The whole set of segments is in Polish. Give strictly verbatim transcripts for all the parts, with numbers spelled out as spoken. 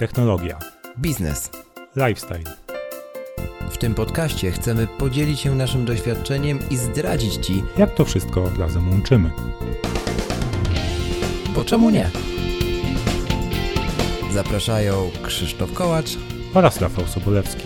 technologia, biznes, lifestyle. W tym podcaście chcemy podzielić się naszym doświadczeniem i zdradzić Ci, jak to wszystko razem łączymy. Bo czemu nie? Zapraszają Krzysztof Kołacz oraz Rafał Sobolewski.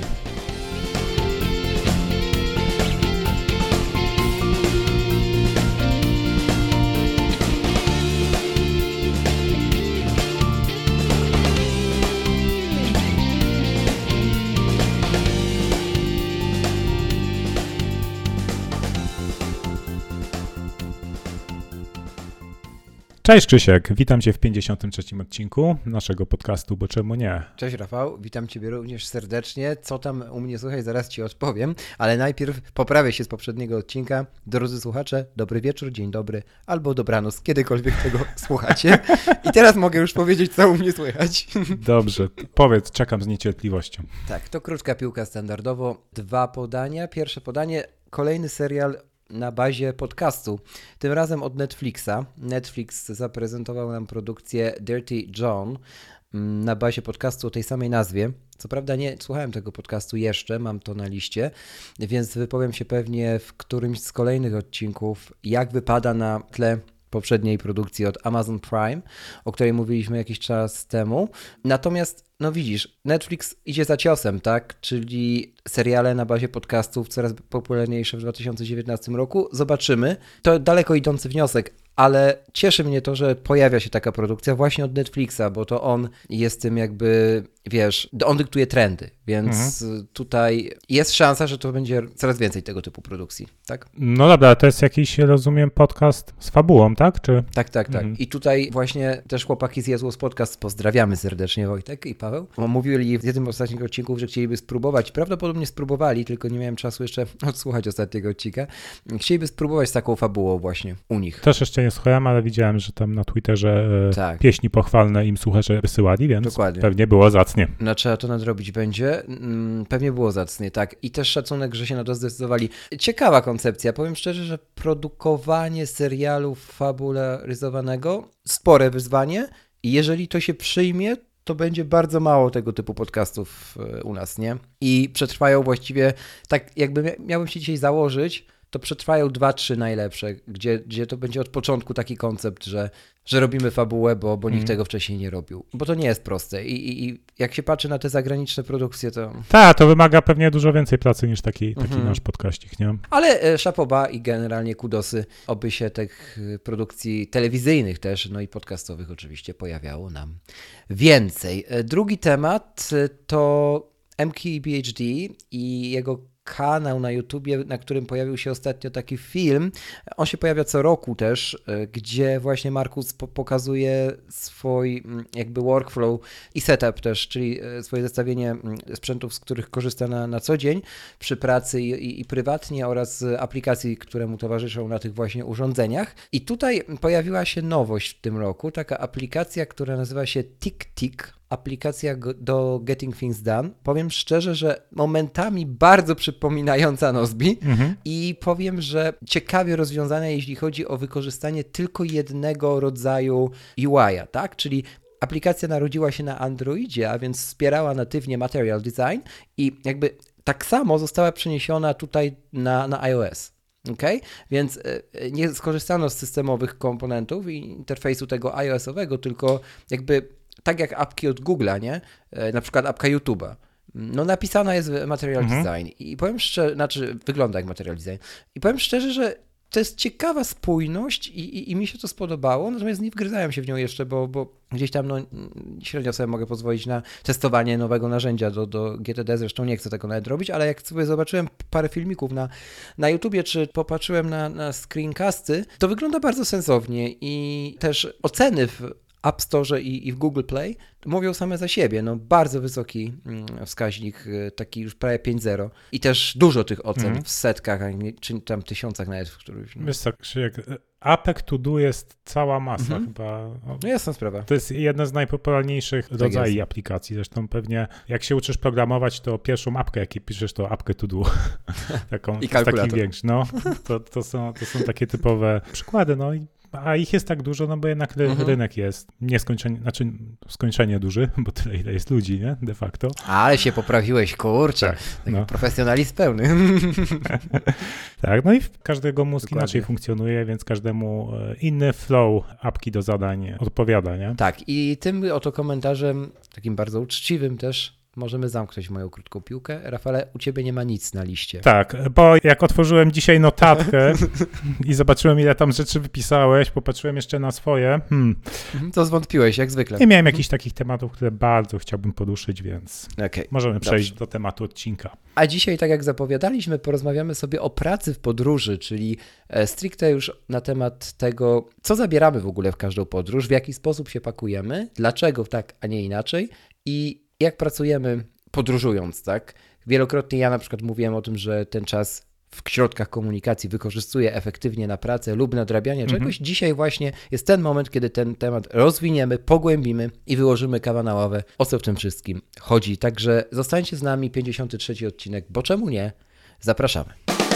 Cześć Krzysiek, witam Cię w pięćdziesiątym trzecim odcinku naszego podcastu, bo czemu nie? Cześć Rafał, witam Ciebie również serdecznie. Co tam u mnie słuchaj, zaraz Ci odpowiem, ale najpierw poprawię się z poprzedniego odcinka. Drodzy słuchacze, dobry wieczór, dzień dobry albo dobranoc, kiedykolwiek tego słuchacie. I teraz mogę już powiedzieć, co u mnie słychać. Dobrze, powiedz, czekam z niecierpliwością. Tak, to krótka piłka standardowo. Dwa podania. Pierwsze podanie, kolejny serial na bazie podcastu, tym razem od Netflixa. Netflix zaprezentował nam produkcję Dirty John na bazie podcastu o tej samej nazwie. Co prawda nie słuchałem tego podcastu jeszcze, mam to na liście, więc wypowiem się pewnie w którymś z kolejnych odcinków, jak wypada na tle poprzedniej produkcji od Amazon Prime, o której mówiliśmy jakiś czas temu. Natomiast, no widzisz, Netflix idzie za ciosem, tak? Czyli seriale na bazie podcastów coraz popularniejsze w dwa tysiące dziewiętnastym roku. Zobaczymy. To daleko idący wniosek, ale cieszy mnie to, że pojawia się taka produkcja właśnie od Netflixa, bo to on jest tym jakby, wiesz, on dyktuje trendy, więc mhm. tutaj jest szansa, że to będzie coraz więcej tego typu produkcji, tak? No dobra, to jest jakiś, rozumiem, podcast z fabułą, tak? Czy... Tak, tak, tak. Mhm. I tutaj właśnie też chłopaki z Jezłos Podcast, pozdrawiamy serdecznie Wojtek i Paweł, mówili w jednym z ostatnich odcinków, że chcieliby spróbować, prawdopodobnie spróbowali, tylko nie miałem czasu jeszcze odsłuchać ostatniego odcinka, chcieliby spróbować z taką fabułą właśnie u nich. Też jeszcze nie słuchałem, ale widziałem, że tam na Twitterze tak. pieśni pochwalne im słuchacze wysyłali, więc Dokładnie. Pewnie było zacnie. No trzeba to nadrobić będzie. Pewnie było zacnie, tak. I też szacunek, że się na to zdecydowali. Ciekawa koncepcja. Powiem szczerze, że produkowanie serialu fabularyzowanego, spore wyzwanie i jeżeli to się przyjmie, to będzie bardzo mało tego typu podcastów u nas, nie? I przetrwają właściwie, tak jakby miałbym się dzisiaj założyć, to przetrwają dwa, trzy najlepsze, gdzie, gdzie to będzie od początku taki koncept, że, że robimy fabułę, bo, bo nikt mm. tego wcześniej nie robił. Bo to nie jest proste i, i, i jak się patrzy na te zagraniczne produkcje, to... Tak, to wymaga pewnie dużo więcej pracy niż taki, taki mm-hmm. nasz podcaścik, nie? Ale e, szapoba i generalnie kudosy, oby się tych produkcji telewizyjnych też, no i podcastowych oczywiście pojawiało nam więcej. E, drugi temat to M K B H D i jego kanał na YouTubie, na którym pojawił się ostatnio taki film. On się pojawia co roku też, gdzie właśnie Markus po- pokazuje swój jakby workflow i setup też, czyli swoje zestawienie sprzętów, z których korzysta na, na co dzień przy pracy i, i, i prywatnie oraz aplikacji, które mu towarzyszą na tych właśnie urządzeniach. I tutaj pojawiła się nowość w tym roku, taka aplikacja, która nazywa się TickTick. Aplikacja do Getting Things Done. Powiem szczerze, że momentami bardzo przypominająca Nozbi mhm. i powiem, że ciekawie rozwiązana, jeśli chodzi o wykorzystanie tylko jednego rodzaju U I a, tak? Czyli aplikacja narodziła się na Androidzie, a więc wspierała natywnie Material Design i jakby tak samo została przeniesiona tutaj na, na iOS. Okay? Więc nie skorzystano z systemowych komponentów i interfejsu tego iOS-owego, tylko jakby tak jak apki od Google'a, nie? Na przykład apka YouTube'a. No napisana jest Material mhm. Design i powiem szczerze, znaczy wygląda jak Material Design i powiem szczerze, że to jest ciekawa spójność i, i, i mi się to spodobało, natomiast nie wgryzałem się w nią jeszcze, bo, bo gdzieś tam no, średnio sobie mogę pozwolić na testowanie nowego narzędzia do, do G T D, zresztą nie chcę tego nawet robić, ale jak sobie zobaczyłem parę filmików na, na YouTubie, czy popatrzyłem na, na screencasty, to wygląda bardzo sensownie i też oceny w App Store i, i w Google Play mówią same za siebie. No, bardzo wysoki wskaźnik, taki już prawie pięć zero. I też dużo tych ocen mm. w setkach, czy tam tysiącach nawet w którymś. No. Wiesz co, Krzysiek, apek to do jest cała masa mm-hmm. chyba. No jasna sprawa. To jest jedna z najpopularniejszych tak rodzajów aplikacji. Zresztą pewnie jak się uczysz programować, to pierwszą apkę, jakie piszesz, to apkę to do. Taką, I kalkulator. Taki większy. No, to, to, są, to są takie typowe przykłady. No i a ich jest tak dużo, no bo jednak ry- mhm. rynek jest nieskończenie, znaczy skończenie duży, bo tyle ile jest ludzi, nie? De facto. Ale się poprawiłeś, kurczę. Tak, no. Profesjonalizm pełny. Tak, no i każdego mózg Dokładnie. inaczej funkcjonuje, więc każdemu inny flow apki do zadań odpowiada, nie? Tak, i tym oto komentarzem, takim bardzo uczciwym też, możemy zamknąć moją krótką piłkę. Rafale, u ciebie nie ma nic na liście. Tak, bo jak otworzyłem dzisiaj notatkę i zobaczyłem, ile tam rzeczy wypisałeś, popatrzyłem jeszcze na swoje. Hmm. To zwątpiłeś, jak zwykle. Nie miałem jakichś takich tematów, które bardzo chciałbym poruszyć, więc okay. możemy przejść Dobrze. do tematu odcinka. A dzisiaj, tak jak zapowiadaliśmy, porozmawiamy sobie o pracy w podróży, czyli stricte już na temat tego, co zabieramy w ogóle w każdą podróż, w jaki sposób się pakujemy, dlaczego tak, a nie inaczej i jak pracujemy podróżując, tak? Wielokrotnie ja na przykład mówiłem o tym, że ten czas w środkach komunikacji wykorzystuję efektywnie na pracę lub nadrabianie mhm. czegoś. Dzisiaj właśnie jest ten moment, kiedy ten temat rozwiniemy, pogłębimy i wyłożymy kawa na ławę, o co w tym wszystkim chodzi. Także zostańcie z nami, pięćdziesiąty trzeci odcinek, bo czemu nie? Zapraszamy.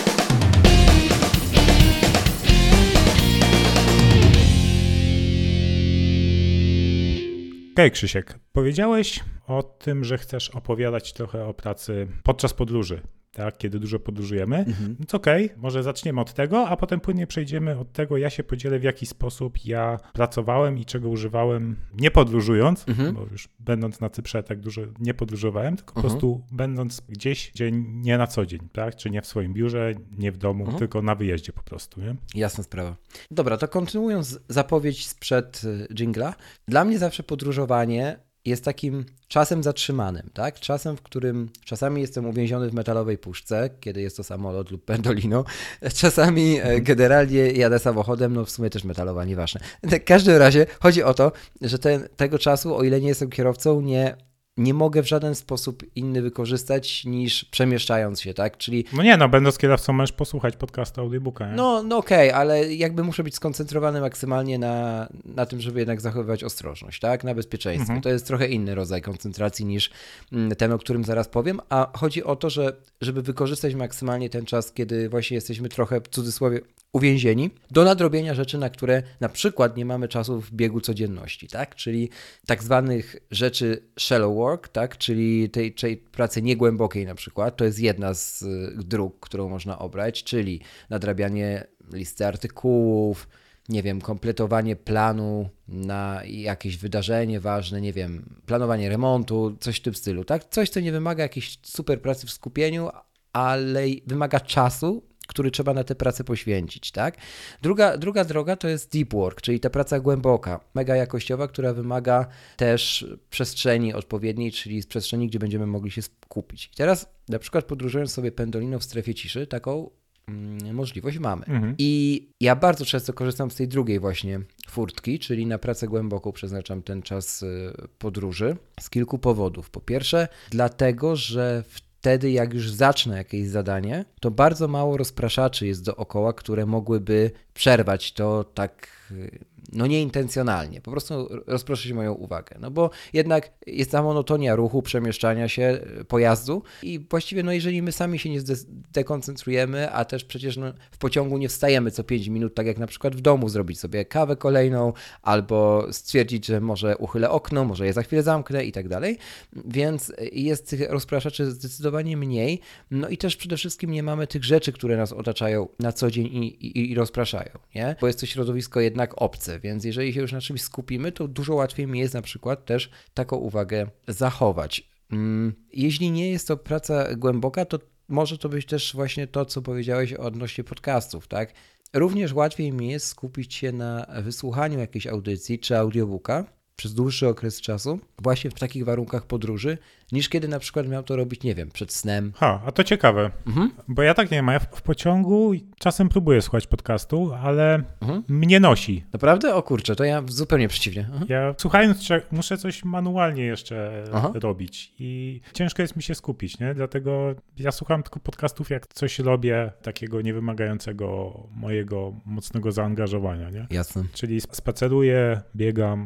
Okej, okay, Krzysiek, powiedziałeś o tym, że chcesz opowiadać trochę o pracy podczas podróży, tak? Kiedy dużo podróżujemy. Mhm. Więc okej, okay, może zaczniemy od tego, a potem płynnie przejdziemy od tego. Ja się podzielę, w jaki sposób ja pracowałem i czego używałem nie podróżując, mhm. bo już będąc na Cyprze tak dużo nie podróżowałem, tylko mhm. po prostu będąc gdzieś, gdzie nie na co dzień, tak? Czy nie w swoim biurze, nie w domu, mhm. tylko na wyjeździe po prostu, nie? Jasna sprawa. Dobra, to kontynuując zapowiedź sprzed dżingla, dla mnie zawsze podróżowanie jest takim czasem zatrzymanym, tak? Czasem, w którym czasami jestem uwięziony w metalowej puszce, kiedy jest to samolot lub pendolino. Czasami generalnie jadę samochodem, no w sumie też metalowa, nieważne. W każdym razie chodzi o to, że ten, tego czasu, o ile nie jestem kierowcą, nie... nie mogę w żaden sposób inny wykorzystać niż przemieszczając się, tak? Czyli... No nie, no będąc kierowcą możesz posłuchać podcastu, audiobooka, nie? No, no okej, okay, ale jakby muszę być skoncentrowany maksymalnie na, na tym, żeby jednak zachowywać ostrożność, tak? Na bezpieczeństwie. Mhm. To jest trochę inny rodzaj koncentracji niż ten, o którym zaraz powiem, a chodzi o to, że żeby wykorzystać maksymalnie ten czas, kiedy właśnie jesteśmy trochę w cudzysłowie uwięzieni, do nadrobienia rzeczy, na które na przykład nie mamy czasu w biegu codzienności, tak? Czyli tak zwanych rzeczy shallow work, tak? Czyli tej, tej pracy niegłębokiej na przykład, to jest jedna z dróg, którą można obrać, czyli nadrabianie listy artykułów, nie wiem, kompletowanie planu na jakieś wydarzenie ważne, nie wiem, planowanie remontu, coś w tym stylu, tak? Coś, co nie wymaga jakiejś super pracy w skupieniu, ale wymaga czasu, który trzeba na tę pracę poświęcić, tak? Druga, druga droga to jest deep work, czyli ta praca głęboka, mega jakościowa, która wymaga też przestrzeni odpowiedniej, czyli z przestrzeni, gdzie będziemy mogli się skupić. I teraz na przykład podróżując sobie pendolino w strefie ciszy, taką mm, możliwość mamy. Mhm. I ja bardzo często korzystam z tej drugiej właśnie furtki, czyli na pracę głęboką przeznaczam ten czas podróży z kilku powodów. Po pierwsze, dlatego, że w Wtedy, jak już zacznę jakieś zadanie, to bardzo mało rozpraszaczy jest dookoła, które mogłyby przerwać to tak, no nieintencjonalnie, po prostu rozproszyć moją uwagę. No bo jednak jest ta monotonia ruchu, przemieszczania się pojazdu i właściwie no jeżeli my sami się nie zdekoncentrujemy, a też przecież no, w pociągu nie wstajemy co pięć minut, tak jak na przykład w domu zrobić sobie kawę kolejną albo stwierdzić, że może uchylę okno, może je za chwilę zamknę i tak dalej, więc jest tych rozpraszaczy zdecydowanie mniej, no i też przede wszystkim nie mamy tych rzeczy, które nas otaczają na co dzień i, i, i rozpraszają, nie? Bo jest to środowisko jednak obce, więc jeżeli się już na czymś skupimy, to dużo łatwiej mi jest na przykład też taką uwagę zachować. Jeśli nie jest to praca głęboka, to może to być też właśnie to, co powiedziałeś odnośnie podcastów, tak? Również łatwiej mi jest skupić się na wysłuchaniu jakiejś audycji czy audiobooka przez dłuższy okres czasu, właśnie w takich warunkach podróży, niż kiedy na przykład miał to robić, nie wiem, przed snem. Ha, a to ciekawe, mhm. bo ja tak nie mam. Ja w pociągu czasem próbuję słuchać podcastu, ale mhm. mnie nosi. Naprawdę? O kurczę, to ja zupełnie przeciwnie. Mhm. Ja słuchając muszę coś manualnie jeszcze Aha. robić i ciężko jest mi się skupić, nie? Dlatego ja słucham tylko podcastów, jak coś robię takiego niewymagającego mojego mocnego zaangażowania, nie? Jasne. Czyli spaceruję, biegam,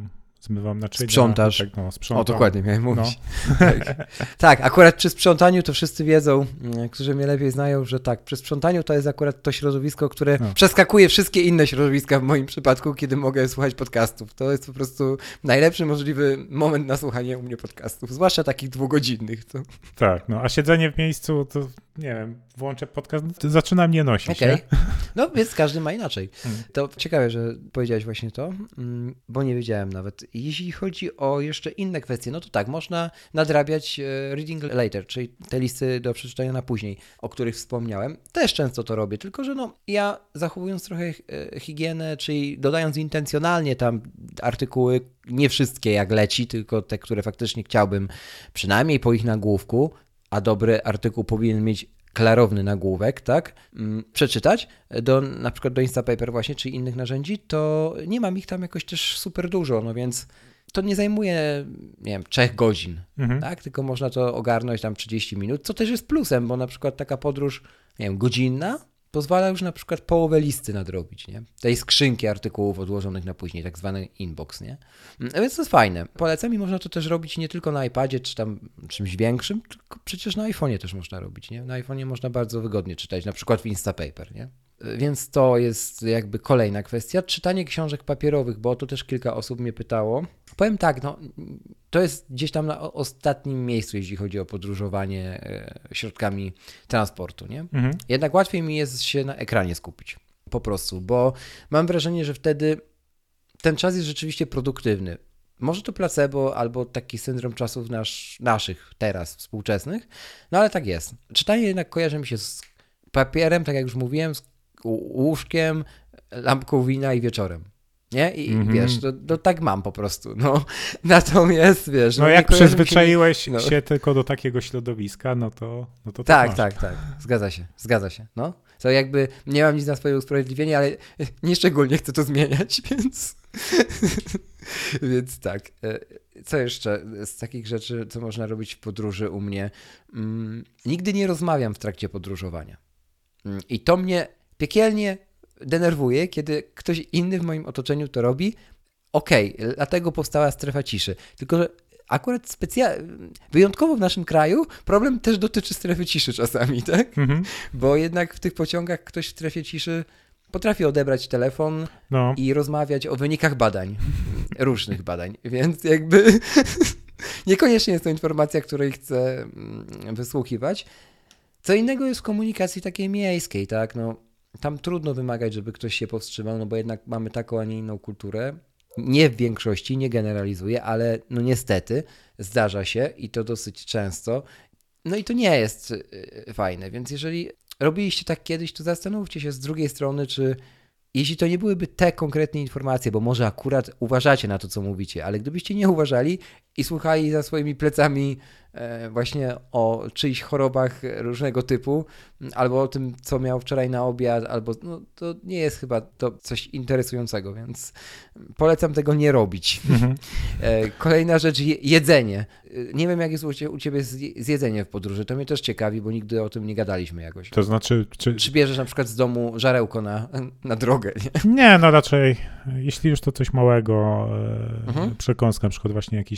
zmywam naczynia. Sprzątasz. Tak, no, sprzątam. O, dokładnie miałem mówić. No. Tak. tak, akurat przy sprzątaniu to wszyscy wiedzą, którzy mnie lepiej znają, że tak, przy sprzątaniu to jest akurat to środowisko, które no. przeskakuje wszystkie inne środowiska w moim przypadku, kiedy mogę słuchać podcastów. To jest po prostu najlepszy możliwy moment na słuchanie u mnie podcastów, zwłaszcza takich dwugodzinnych. To... Tak, no a siedzenie w miejscu, to nie wiem, włączę podcast, to zaczyna mnie nosić. Okej, okay. No więc każdy ma inaczej. Hmm. To ciekawe, że powiedziałeś właśnie to, bo nie wiedziałem nawet. Jeśli chodzi o jeszcze inne kwestie, no to tak, można nadrabiać reading later, czyli te listy do przeczytania na później, o których wspomniałem. Też często to robię, tylko że no ja zachowując trochę higienę, czyli dodając intencjonalnie tam artykuły, nie wszystkie jak leci, tylko te, które faktycznie chciałbym przynajmniej po ich nagłówku, a dobry artykuł powinien mieć klarowny nagłówek, tak, przeczytać, do, na przykład do Instapaper właśnie, czy innych narzędzi, to nie mam ich tam jakoś też super dużo, no więc to nie zajmuje, nie wiem, trzech godzin, mhm. tak, tylko można to ogarnąć tam trzydzieści minut, co też jest plusem, bo na przykład taka podróż, nie wiem, godzinna, pozwala już na przykład połowę listy nadrobić, nie? Tej skrzynki artykułów odłożonych na później, tak zwany inbox, nie? Więc to jest fajne. Polecam i można to też robić nie tylko na iPadzie, czy tam czymś większym, tylko przecież na iPhone'ie też można robić, nie? Na iPhone'ie można bardzo wygodnie czytać, na przykład w Instapaper, nie? Więc to jest jakby kolejna kwestia. Czytanie książek papierowych, bo o to też kilka osób mnie pytało. Powiem tak, no to jest gdzieś tam na ostatnim miejscu, jeśli chodzi o podróżowanie środkami transportu, nie? Mhm. Jednak łatwiej mi jest się na ekranie skupić, po prostu, bo mam wrażenie, że wtedy ten czas jest rzeczywiście produktywny. Może to placebo albo taki syndrom czasów nasz, naszych teraz, współczesnych, no ale tak jest. Czytanie jednak kojarzy mi się z papierem, tak jak już mówiłem, z łóżkiem, lampką wina i wieczorem. Nie? I mm-hmm. wiesz, to, to tak mam po prostu. No. Natomiast wiesz... No, no jak przyzwyczaiłeś się, no. się tylko do takiego środowiska, no to no to tak, tak, tak. Zgadza się, zgadza się. No. To jakby nie mam nic na swoje usprawiedliwienie, ale nie szczególnie chcę to zmieniać, więc... więc tak. Co jeszcze z takich rzeczy, co można robić w podróży u mnie? Hmm, nigdy nie rozmawiam w trakcie podróżowania. Hmm, I to mnie piekielnie denerwuje, kiedy ktoś inny w moim otoczeniu to robi. Okej, okay, dlatego powstała strefa ciszy. Tylko, że akurat specjalnie, wyjątkowo w naszym kraju problem też dotyczy strefy ciszy czasami, tak? Mhm. Bo jednak w tych pociągach ktoś w strefie ciszy potrafi odebrać telefon no. i rozmawiać o wynikach badań, różnych badań, więc jakby niekoniecznie jest to informacja, której chcę wysłuchiwać. Co innego jest w komunikacji takiej miejskiej, tak? No, tam trudno wymagać, żeby ktoś się powstrzymał, no bo jednak mamy taką, a nie inną kulturę. Nie w większości, nie generalizuję, ale no niestety zdarza się i to dosyć często. No i to nie jest fajne, więc jeżeli robiliście tak kiedyś, to zastanówcie się z drugiej strony, czy jeśli to nie byłyby te konkretne informacje, bo może akurat uważacie na to, co mówicie, ale gdybyście nie uważali i słuchali za swoimi plecami właśnie o czyichś chorobach różnego typu, albo o tym, co miał wczoraj na obiad, albo no, to nie jest chyba to coś interesującego, więc polecam tego nie robić. Mhm. Kolejna rzecz, jedzenie. Nie wiem, jak jest u ciebie z jedzeniem w podróży, to mnie też ciekawi, bo nigdy o tym nie gadaliśmy jakoś. To znaczy... Czy... Przybierzesz na przykład z domu żarełko na, na drogę, nie? Nie, no raczej, jeśli już to coś małego, mhm. przekąska, na przykład właśnie jakiś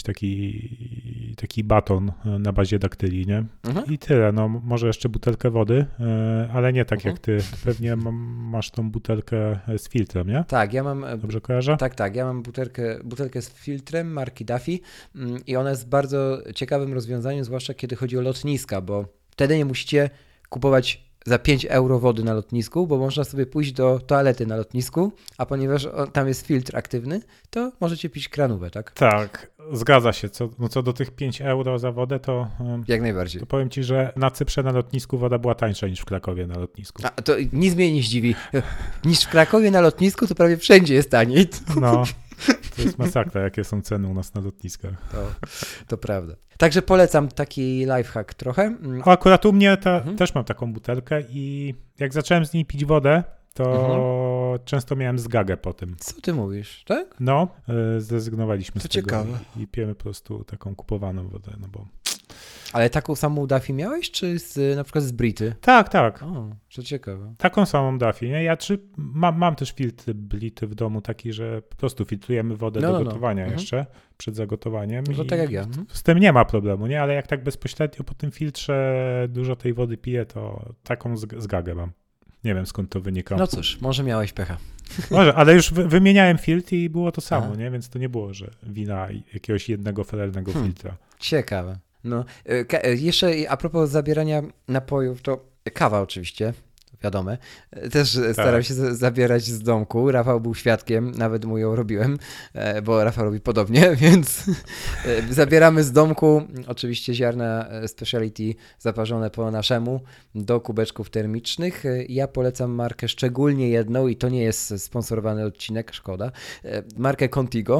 taki, taki baton na bazie daktyli, nie? Mhm. I tyle, no może jeszcze butelkę wody, ale nie tak mhm. jak ty. Pewnie masz tą butelkę z filtrem, nie? Tak, ja mam... Dobrze kojarzę? Tak, tak, ja mam butelkę, butelkę z filtrem marki Duffy i ona jest bardzo ciekawym rozwiązaniem, zwłaszcza kiedy chodzi o lotniska, bo wtedy nie musicie kupować za pięć euro wody na lotnisku, bo można sobie pójść do toalety na lotnisku, a ponieważ tam jest filtr aktywny, to możecie pić kranówę, tak? Tak, zgadza się. Co, no co do tych pięć euro za wodę, to... Jak najbardziej. To powiem ci, że na Cyprze na lotnisku woda była tańsza niż w Krakowie na lotnisku. A to nic mnie nie zdziwi. Niż w Krakowie na lotnisku to prawie wszędzie jest taniej. No, to jest masakra, jakie są ceny u nas na lotniskach. To, to prawda. Także polecam taki lifehack trochę. O, akurat u mnie ta, mhm. też mam taką butelkę i jak zacząłem z niej pić wodę, to mhm. często miałem zgagę po tym. Co ty mówisz, tak? No, zrezygnowaliśmy to z tego ciekawe. i, i pijemy po prostu taką kupowaną wodę, no bo... Ale taką samą Duffy miałeś, czy z, na przykład z Brity? Tak, tak. O, co ciekawe. Taką samą Duffy. Nie? Ja czy, mam, mam też filtr Brity w domu taki, że po prostu filtrujemy wodę no, do no, gotowania no. jeszcze, mhm. przed zagotowaniem. No to tak jak ja. Mhm. Z tym nie ma problemu, nie? Ale jak tak bezpośrednio po tym filtrze dużo tej wody piję, to taką zgagę mam. Nie wiem, skąd to wynika. No cóż, może miałeś pecha. Może, ale już wy, wymieniałem filtr i było to samo, A. nie? Więc to nie było, że wina jakiegoś jednego feralnego hmm. filtra. Ciekawe. No, ka- jeszcze a propos zabierania napojów, to kawa oczywiście, wiadome. Też tak. staram się z- zabierać z domku. Rafał był świadkiem, nawet mu ją robiłem, bo Rafał robi podobnie, więc zabieramy z domku oczywiście ziarna speciality zaparzone po naszemu do kubeczków termicznych. Ja polecam markę szczególnie jedną i to nie jest sponsorowany odcinek, szkoda. Markę Contigo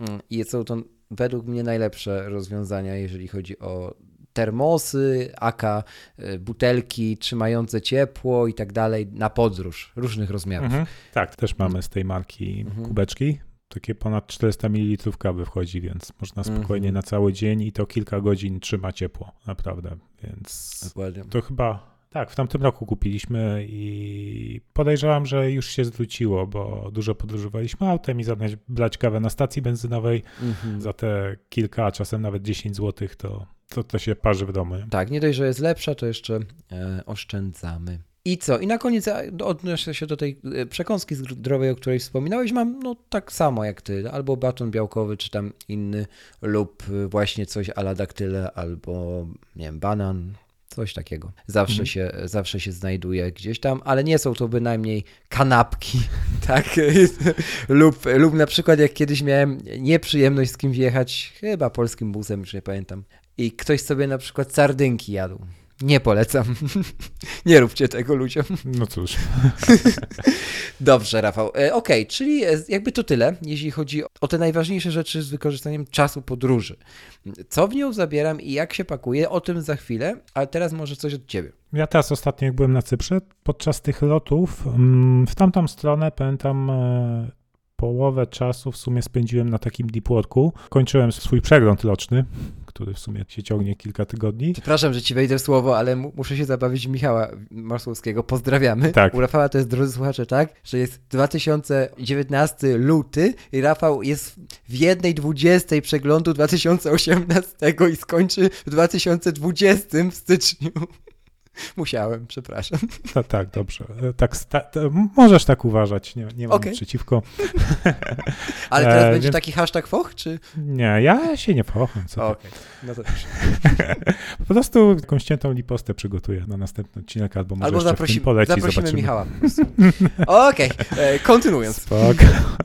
i są to według mnie najlepsze rozwiązania, jeżeli chodzi o termosy, aka butelki trzymające ciepło i tak dalej na podróż różnych rozmiarów. Mhm. Tak, też mamy z tej marki mhm. kubeczki. Takie ponad czterysta mililitrów kawy wchodzi, więc można spokojnie mhm. na cały dzień i to kilka godzin trzyma ciepło, naprawdę. Więc Dokładnie. To chyba... Tak, w tamtym roku kupiliśmy i podejrzewam, że już się zwróciło, bo dużo podróżowaliśmy autem i zamiast brać kawę na stacji benzynowej mm-hmm. za te kilka, a czasem nawet dziesięć złotych, to, to to się parzy w domu. Tak, nie dość, że jest lepsza, to jeszcze e, oszczędzamy. I co? I na koniec odnoszę się do tej przekąski zdrowej, o której wspominałeś. Mam no tak samo jak ty, albo baton białkowy, czy tam inny, lub właśnie coś a la daktyle, albo nie wiem, banan. Coś takiego. Zawsze, mhm. się, zawsze się znajduje gdzieś tam, ale nie są to bynajmniej kanapki, tak? lub, lub na przykład jak kiedyś miałem nieprzyjemność z kimś jechać, chyba polskim busem, już nie pamiętam, i ktoś sobie na przykład sardynki jadł. Nie polecam. Nie róbcie tego ludziom. No cóż. Dobrze, Rafał. E, Okej, okay, czyli jakby to tyle, jeśli chodzi o te najważniejsze rzeczy z wykorzystaniem czasu podróży. Co w nią zabieram i jak się pakuje, o tym za chwilę, ale teraz może coś od ciebie. Ja teraz ostatnio, jak byłem na Cyprze, podczas tych lotów w tamtą stronę, pamiętam, połowę czasu w sumie spędziłem na takim deepworku. Kończyłem swój przegląd loczny, który w sumie się ciągnie kilka tygodni. Przepraszam, że ci wejdę w słowo, ale m- muszę się zabawić Michała Masłowskiego. Pozdrawiamy. Tak. U Rafała to jest, drodzy słuchacze, tak, że jest dwa tysiące dziewiętnasty luty i Rafał jest w jednej dwudziestej przeglądu dwa tysiące osiemnastego i skończy w dwa tysiące dwudziestym w styczniu. Musiałem, przepraszam. Tak, tak, dobrze. Tak, sta- możesz tak uważać, nie, nie mam okay. nic przeciwko. Ale teraz e, będzie więc... taki hashtag foch, czy? Nie, ja się nie focham. Okej, okay. No to też. Po prostu jakąś ciętą lipostę przygotuję na następny odcinek, albo może albo jeszcze zaprosi- w tym poleci, zaprosimy zobaczymy. Michała. Okej, okay. kontynuując. Spoko.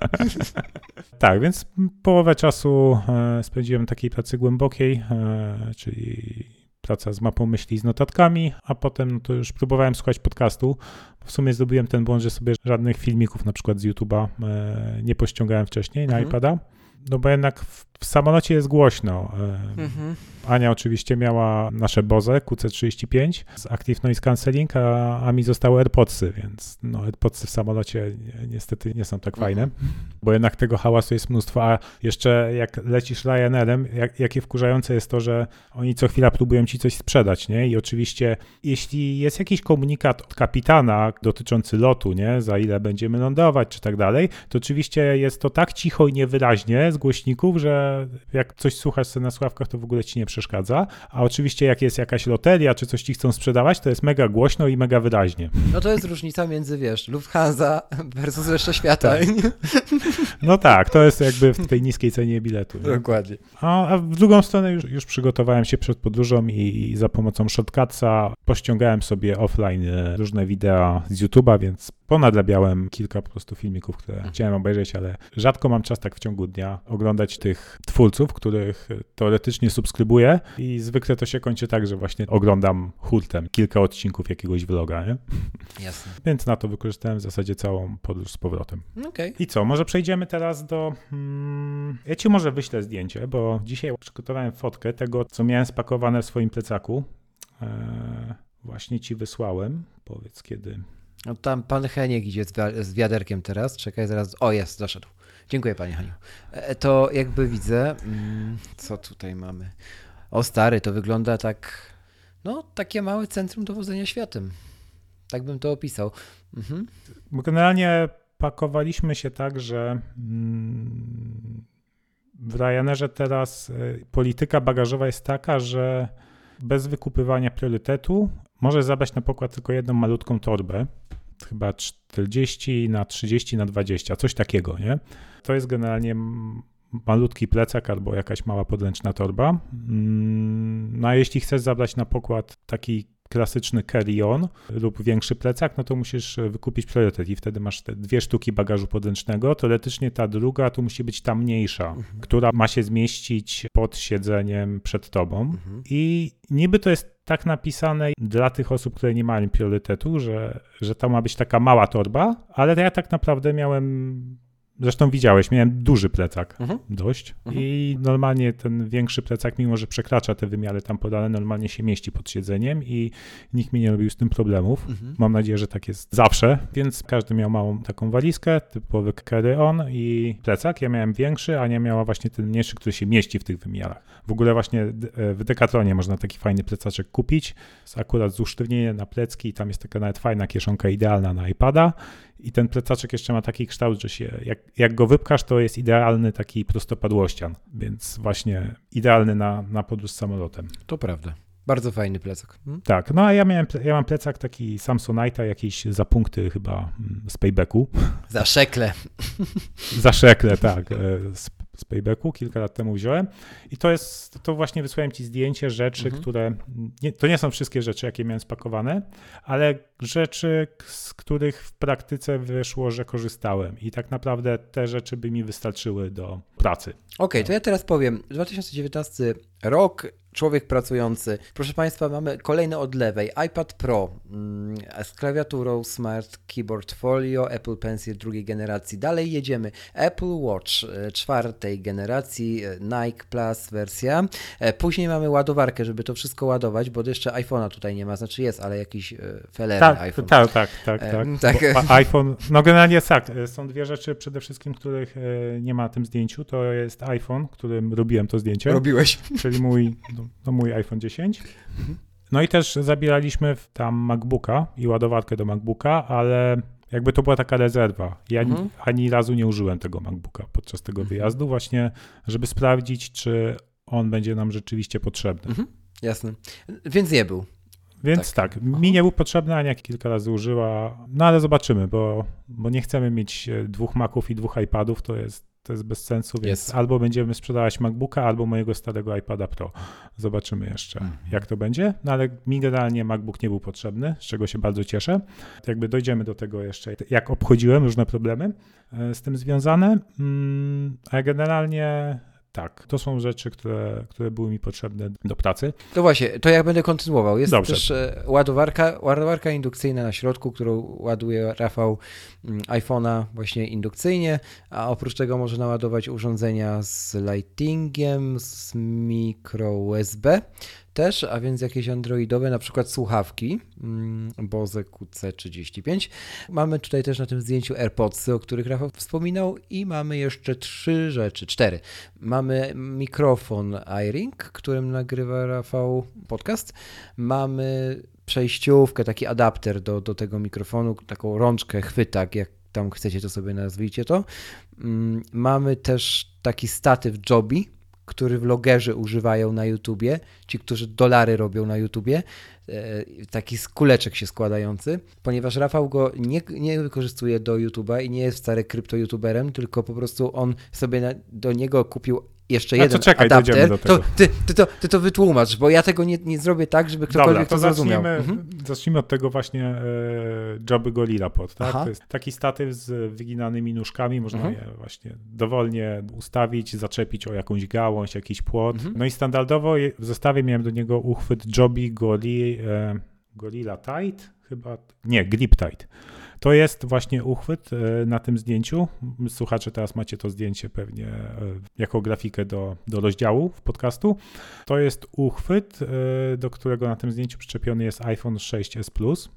Tak, więc połowę czasu spędziłem na takiej pracy głębokiej, czyli praca z mapą myśli, z notatkami, a potem no to już próbowałem słuchać podcastu. W sumie zrobiłem ten błąd, że sobie żadnych filmików na przykład z YouTube'a e, nie pościągałem wcześniej na mhm. iPada, no bo jednak w, w samolocie jest głośno. E, mhm. Ania oczywiście miała nasze Bose Q C trzydzieści pięć z Active Noise Cancelling, a, a mi zostały AirPodsy, więc no AirPodsy w samolocie ni- niestety nie są tak mhm. fajne, bo jednak tego hałasu jest mnóstwo, a jeszcze jak lecisz Ryanairem, jak, jakie wkurzające jest to, że oni co chwila próbują ci coś sprzedać, nie? I oczywiście jeśli jest jakiś komunikat od kapitana dotyczący lotu, nie? Za ile będziemy lądować, czy tak dalej, to oczywiście jest to tak cicho i niewyraźnie z głośników, że jak coś słuchasz sobie na słuchawkach, to w ogóle ci nie przeszkadza, a oczywiście jak jest jakaś loteria, czy coś ci chcą sprzedawać, to jest mega głośno i mega wyraźnie. No to jest różnica między, wiesz, Lufthansa versus reszta świata. Tak. No tak, to jest jakby w tej niskiej cenie biletu. Nie? Dokładnie. A, a w drugą stronę już, już przygotowałem się przed podróżą i, i za pomocą shortcutsa pościągałem sobie offline różne wideo z YouTube'a, więc ponadrabiałem kilka po prostu filmików, które hmm. chciałem obejrzeć, ale rzadko mam czas tak w ciągu dnia oglądać tych twórców, których teoretycznie subskrybuję i zwykle to się kończy tak, że właśnie oglądam hurtem kilka odcinków jakiegoś vloga, nie? Jasne. Więc na to wykorzystałem w zasadzie całą podróż z powrotem. Okay. I co, może przejdziemy teraz do... Hmm, ja ci może wyślę zdjęcie, bo dzisiaj przygotowałem fotkę tego, co miałem spakowane w swoim plecaku. Eee, właśnie ci wysłałem. Powiedz kiedy... No tam pan Heniek idzie z, wi- z wiaderkiem teraz. Czekaj, zaraz. O, jest, doszedł. Dziękuję, pani Haniu. E, to jakby widzę, mm, co tutaj mamy. O stary, to wygląda tak, no takie małe centrum dowodzenia światem. Tak bym to opisał. Mhm. Generalnie pakowaliśmy się tak, że w Ryanerze teraz polityka bagażowa jest taka, że bez wykupywania priorytetu możesz zabrać na pokład tylko jedną malutką torbę, chyba czterdzieści na trzydzieści na dwadzieścia, coś takiego, nie? To jest generalnie malutki plecak albo jakaś mała podręczna torba. No a jeśli chcesz zabrać na pokład taki klasyczny carry-on lub większy plecak, no to musisz wykupić priorytet i wtedy masz te dwie sztuki bagażu podręcznego. Teoretycznie ta druga tu musi być ta mniejsza, mhm. która ma się zmieścić pod siedzeniem przed tobą. Mhm. I niby to jest tak napisane dla tych osób, które nie mają priorytetu, że, że to ma być taka mała torba, ale ja tak naprawdę miałem... Zresztą widziałeś, miałem duży plecak mhm. dość mhm. i normalnie ten większy plecak, mimo że przekracza te wymiary tam podane, normalnie się mieści pod siedzeniem i nikt mi nie robił z tym problemów. Mhm. Mam nadzieję, że tak jest zawsze, więc każdy miał małą taką walizkę, typowy carry-on i plecak. Ja miałem większy, Ania miała właśnie ten mniejszy, który się mieści w tych wymiarach. W ogóle właśnie w Decathlonie można taki fajny plecaczek kupić, z akurat z usztywnieniem na plecki i tam jest taka nawet fajna kieszonka idealna na iPada. I ten plecaczek jeszcze ma taki kształt, że się, jak, jak go wypchasz, to jest idealny taki prostopadłościan, więc właśnie idealny na, na podróż samolotem. To prawda. Bardzo fajny plecak. Hmm? Tak, no a ja, miałem, ja mam plecak taki Samsonite'a, jakiś za punkty chyba z Paybacku. Za szekle. Za szekle, tak. Z, z Paybacku kilka lat temu wziąłem i to jest, to właśnie wysłałem ci zdjęcie rzeczy, mhm. które, nie, to nie są wszystkie rzeczy, jakie miałem spakowane, ale rzeczy, z których w praktyce wyszło, że korzystałem i tak naprawdę te rzeczy by mi wystarczyły do pracy. Okej, okay, to ja teraz powiem, dwa tysiące dziewiętnasty rok, człowiek pracujący. Proszę Państwa, mamy kolejny od lewej, iPad Pro mm, z klawiaturą Smart Keyboard Folio, Apple Pencil drugiej generacji. Dalej jedziemy, Apple Watch czwartej generacji, Nike Plus wersja. Później mamy ładowarkę, żeby to wszystko ładować, bo jeszcze iPhone'a tutaj nie ma, znaczy jest, ale jakiś felerny tak, iPhone. Tak, tak, tak. tak. tak. Bo iPhone, no generalnie tak, są dwie rzeczy przede wszystkim, których nie ma na tym zdjęciu. To jest iPhone, którym robiłem to zdjęcie. Robiłeś. Czyli mój, no mój iPhone dziesięć. No i też zabieraliśmy tam MacBooka i ładowarkę do MacBooka, ale jakby to była taka rezerwa. Ja mhm. ani razu nie użyłem tego MacBooka podczas tego mhm. wyjazdu właśnie, żeby sprawdzić, czy on będzie nam rzeczywiście potrzebny. Mhm. Jasne. Więc nie był. Więc tak, tak mi nie był potrzebny, Ania kilka razy użyła, no ale zobaczymy, bo, bo nie chcemy mieć dwóch Maców i dwóch iPadów, to jest To jest bez sensu, więc yes. albo będziemy sprzedawać MacBooka, albo mojego starego iPada Pro. Zobaczymy jeszcze, mm. jak to będzie. No ale mi generalnie MacBook nie był potrzebny, z czego się bardzo cieszę. Jakby dojdziemy do tego jeszcze, jak obchodziłem różne problemy z tym związane. A generalnie tak, to są rzeczy, które, które były mi potrzebne do pracy. To właśnie, to jak będę kontynuował. Jest Dobrze. też ładowarka, ładowarka indukcyjna na środku, którą ładuje Rafał iPhone'a właśnie indukcyjnie, a oprócz tego może naładować urządzenia z Lightningiem, z micro U S B też, a więc jakieś androidowe, na przykład słuchawki Bose Q C trzydzieści pięć. Mamy tutaj też na tym zdjęciu AirPodsy, o których Rafał wspominał i mamy jeszcze trzy rzeczy, cztery. Mamy mikrofon iRing, którym nagrywa Rafał podcast. Mamy przejściówkę, taki adapter do, do tego mikrofonu, taką rączkę, chwytak, jak tam chcecie, to sobie nazwijcie to. Mamy też taki statyw Joby, który vlogerzy używają na YouTubie, ci, którzy dolary robią na YouTubie, taki z kuleczek się składający, ponieważ Rafał go nie, nie wykorzystuje do YouTube'a i nie jest wcale krypto-YouTuberem, tylko po prostu on sobie na, do niego kupił jeszcze jeden to czekaj, adapter. Do tego. To, ty, ty, to, ty to wytłumacz, bo ja tego nie, nie zrobię tak, żeby ktokolwiek Dobra, to to zrozumiał. Zacznijmy, mhm. zacznijmy od tego właśnie e, Joby GorillaPod. Tak? To jest taki statyw z wyginanymi nóżkami, można mhm. je właśnie dowolnie ustawić, zaczepić o jakąś gałąź, jakiś płot. Mhm. No i standardowo w zestawie miałem do niego uchwyt Joby Gori, e, Gorilla Tight, chyba, nie, Grip Tight. To jest właśnie uchwyt na tym zdjęciu. Słuchacze, teraz macie to zdjęcie pewnie jako grafikę do, do rozdziału w podcastu. To jest uchwyt, do którego na tym zdjęciu przyczepiony jest iPhone sześć S Plus.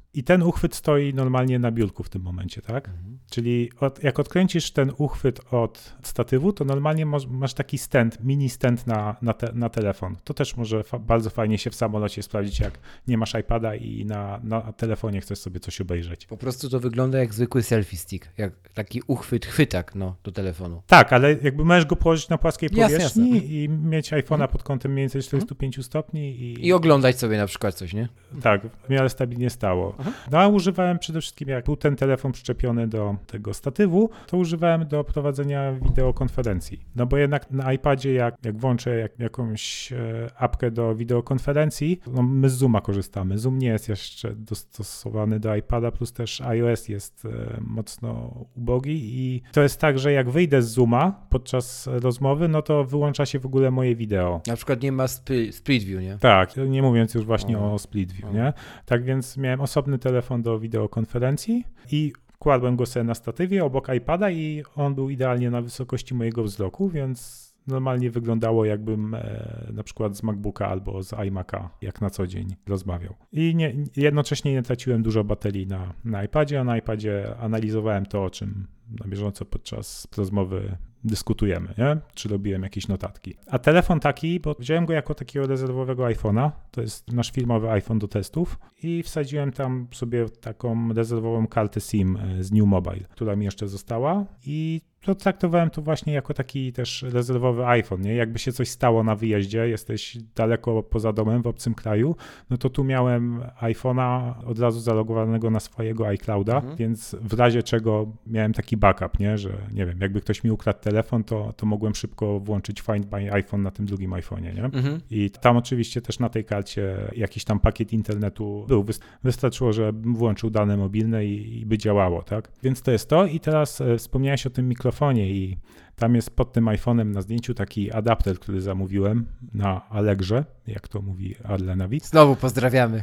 I ten uchwyt stoi normalnie na biurku w tym momencie, tak? Mhm. Czyli od, jak odkręcisz ten uchwyt od statywu, to normalnie masz, masz taki stand, mini stand na, na, te, na telefon. To też może fa- bardzo fajnie się w samolocie sprawdzić, jak nie masz iPada i na, na telefonie chcesz sobie coś obejrzeć. Po prostu to wygląda jak zwykły selfie stick, jak taki uchwyt, chwytak no, do telefonu. Tak, ale jakby możesz go położyć na płaskiej powierzchni jasne, jasne. i mieć iPhone'a mhm. pod kątem mniej więcej czterdziestu pięciu stopni. I, I oglądać sobie na przykład coś, nie? Tak, w miarę stabilnie stało. Aha. No a używałem przede wszystkim, jak był ten telefon przyczepiony do tego statywu, to używałem do prowadzenia wideokonferencji. No bo jednak na iPadzie, jak, jak włączę jak, jakąś e, apkę do wideokonferencji, no my z Zooma korzystamy. Zoom nie jest jeszcze dostosowany do iPada, plus też iOS jest e, mocno ubogi i to jest tak, że jak wyjdę z Zooma podczas rozmowy, no to wyłącza się w ogóle moje wideo. Na przykład nie ma spli- split view, nie? Tak, nie mówiąc już właśnie o, o split view, o. nie? Tak więc miałem osobny telefon do wideokonferencji i kładłem go sobie na statywie obok iPada i on był idealnie na wysokości mojego wzroku, więc normalnie wyglądało, jakbym e, na przykład z MacBooka albo z iMac'a jak na co dzień rozmawiał. I nie, jednocześnie nie traciłem dużo baterii na, na iPadzie, a na iPadzie analizowałem to, o czym na bieżąco podczas rozmowy dyskutujemy, nie? Czy robiłem jakieś notatki. A telefon taki, bo wziąłem go jako takiego rezerwowego iPhone'a, to jest nasz firmowy iPhone do testów i wsadziłem tam sobie taką rezerwową kartę SIM z New Mobile, która mi jeszcze została i to traktowałem to właśnie jako taki też rezerwowy iPhone, nie? Jakby się coś stało na wyjeździe, jesteś daleko poza domem, w obcym kraju, no to tu miałem iPhone'a od razu zalogowanego na swojego iClouda, mhm. więc w razie czego miałem taki backup, nie? Że nie wiem, jakby ktoś mi ukradł telefon, to, to mogłem szybko włączyć Find My iPhone na tym drugim iPhone'ie, nie? Mhm. I tam oczywiście też na tej karcie jakiś tam pakiet internetu był. Wystarczyło, że włączył dane mobilne i, i by działało, tak? Więc to jest to i teraz e, wspomniałeś o tym mikrofonie i tam jest pod tym iPhone'em na zdjęciu taki adapter, który zamówiłem na Allegrze, jak to mówi Arlenawicz. Znowu pozdrawiamy.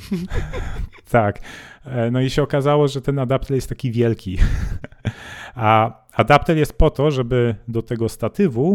Tak. No i się okazało, że ten adapter jest taki wielki. A adapter jest po to, żeby do tego statywu,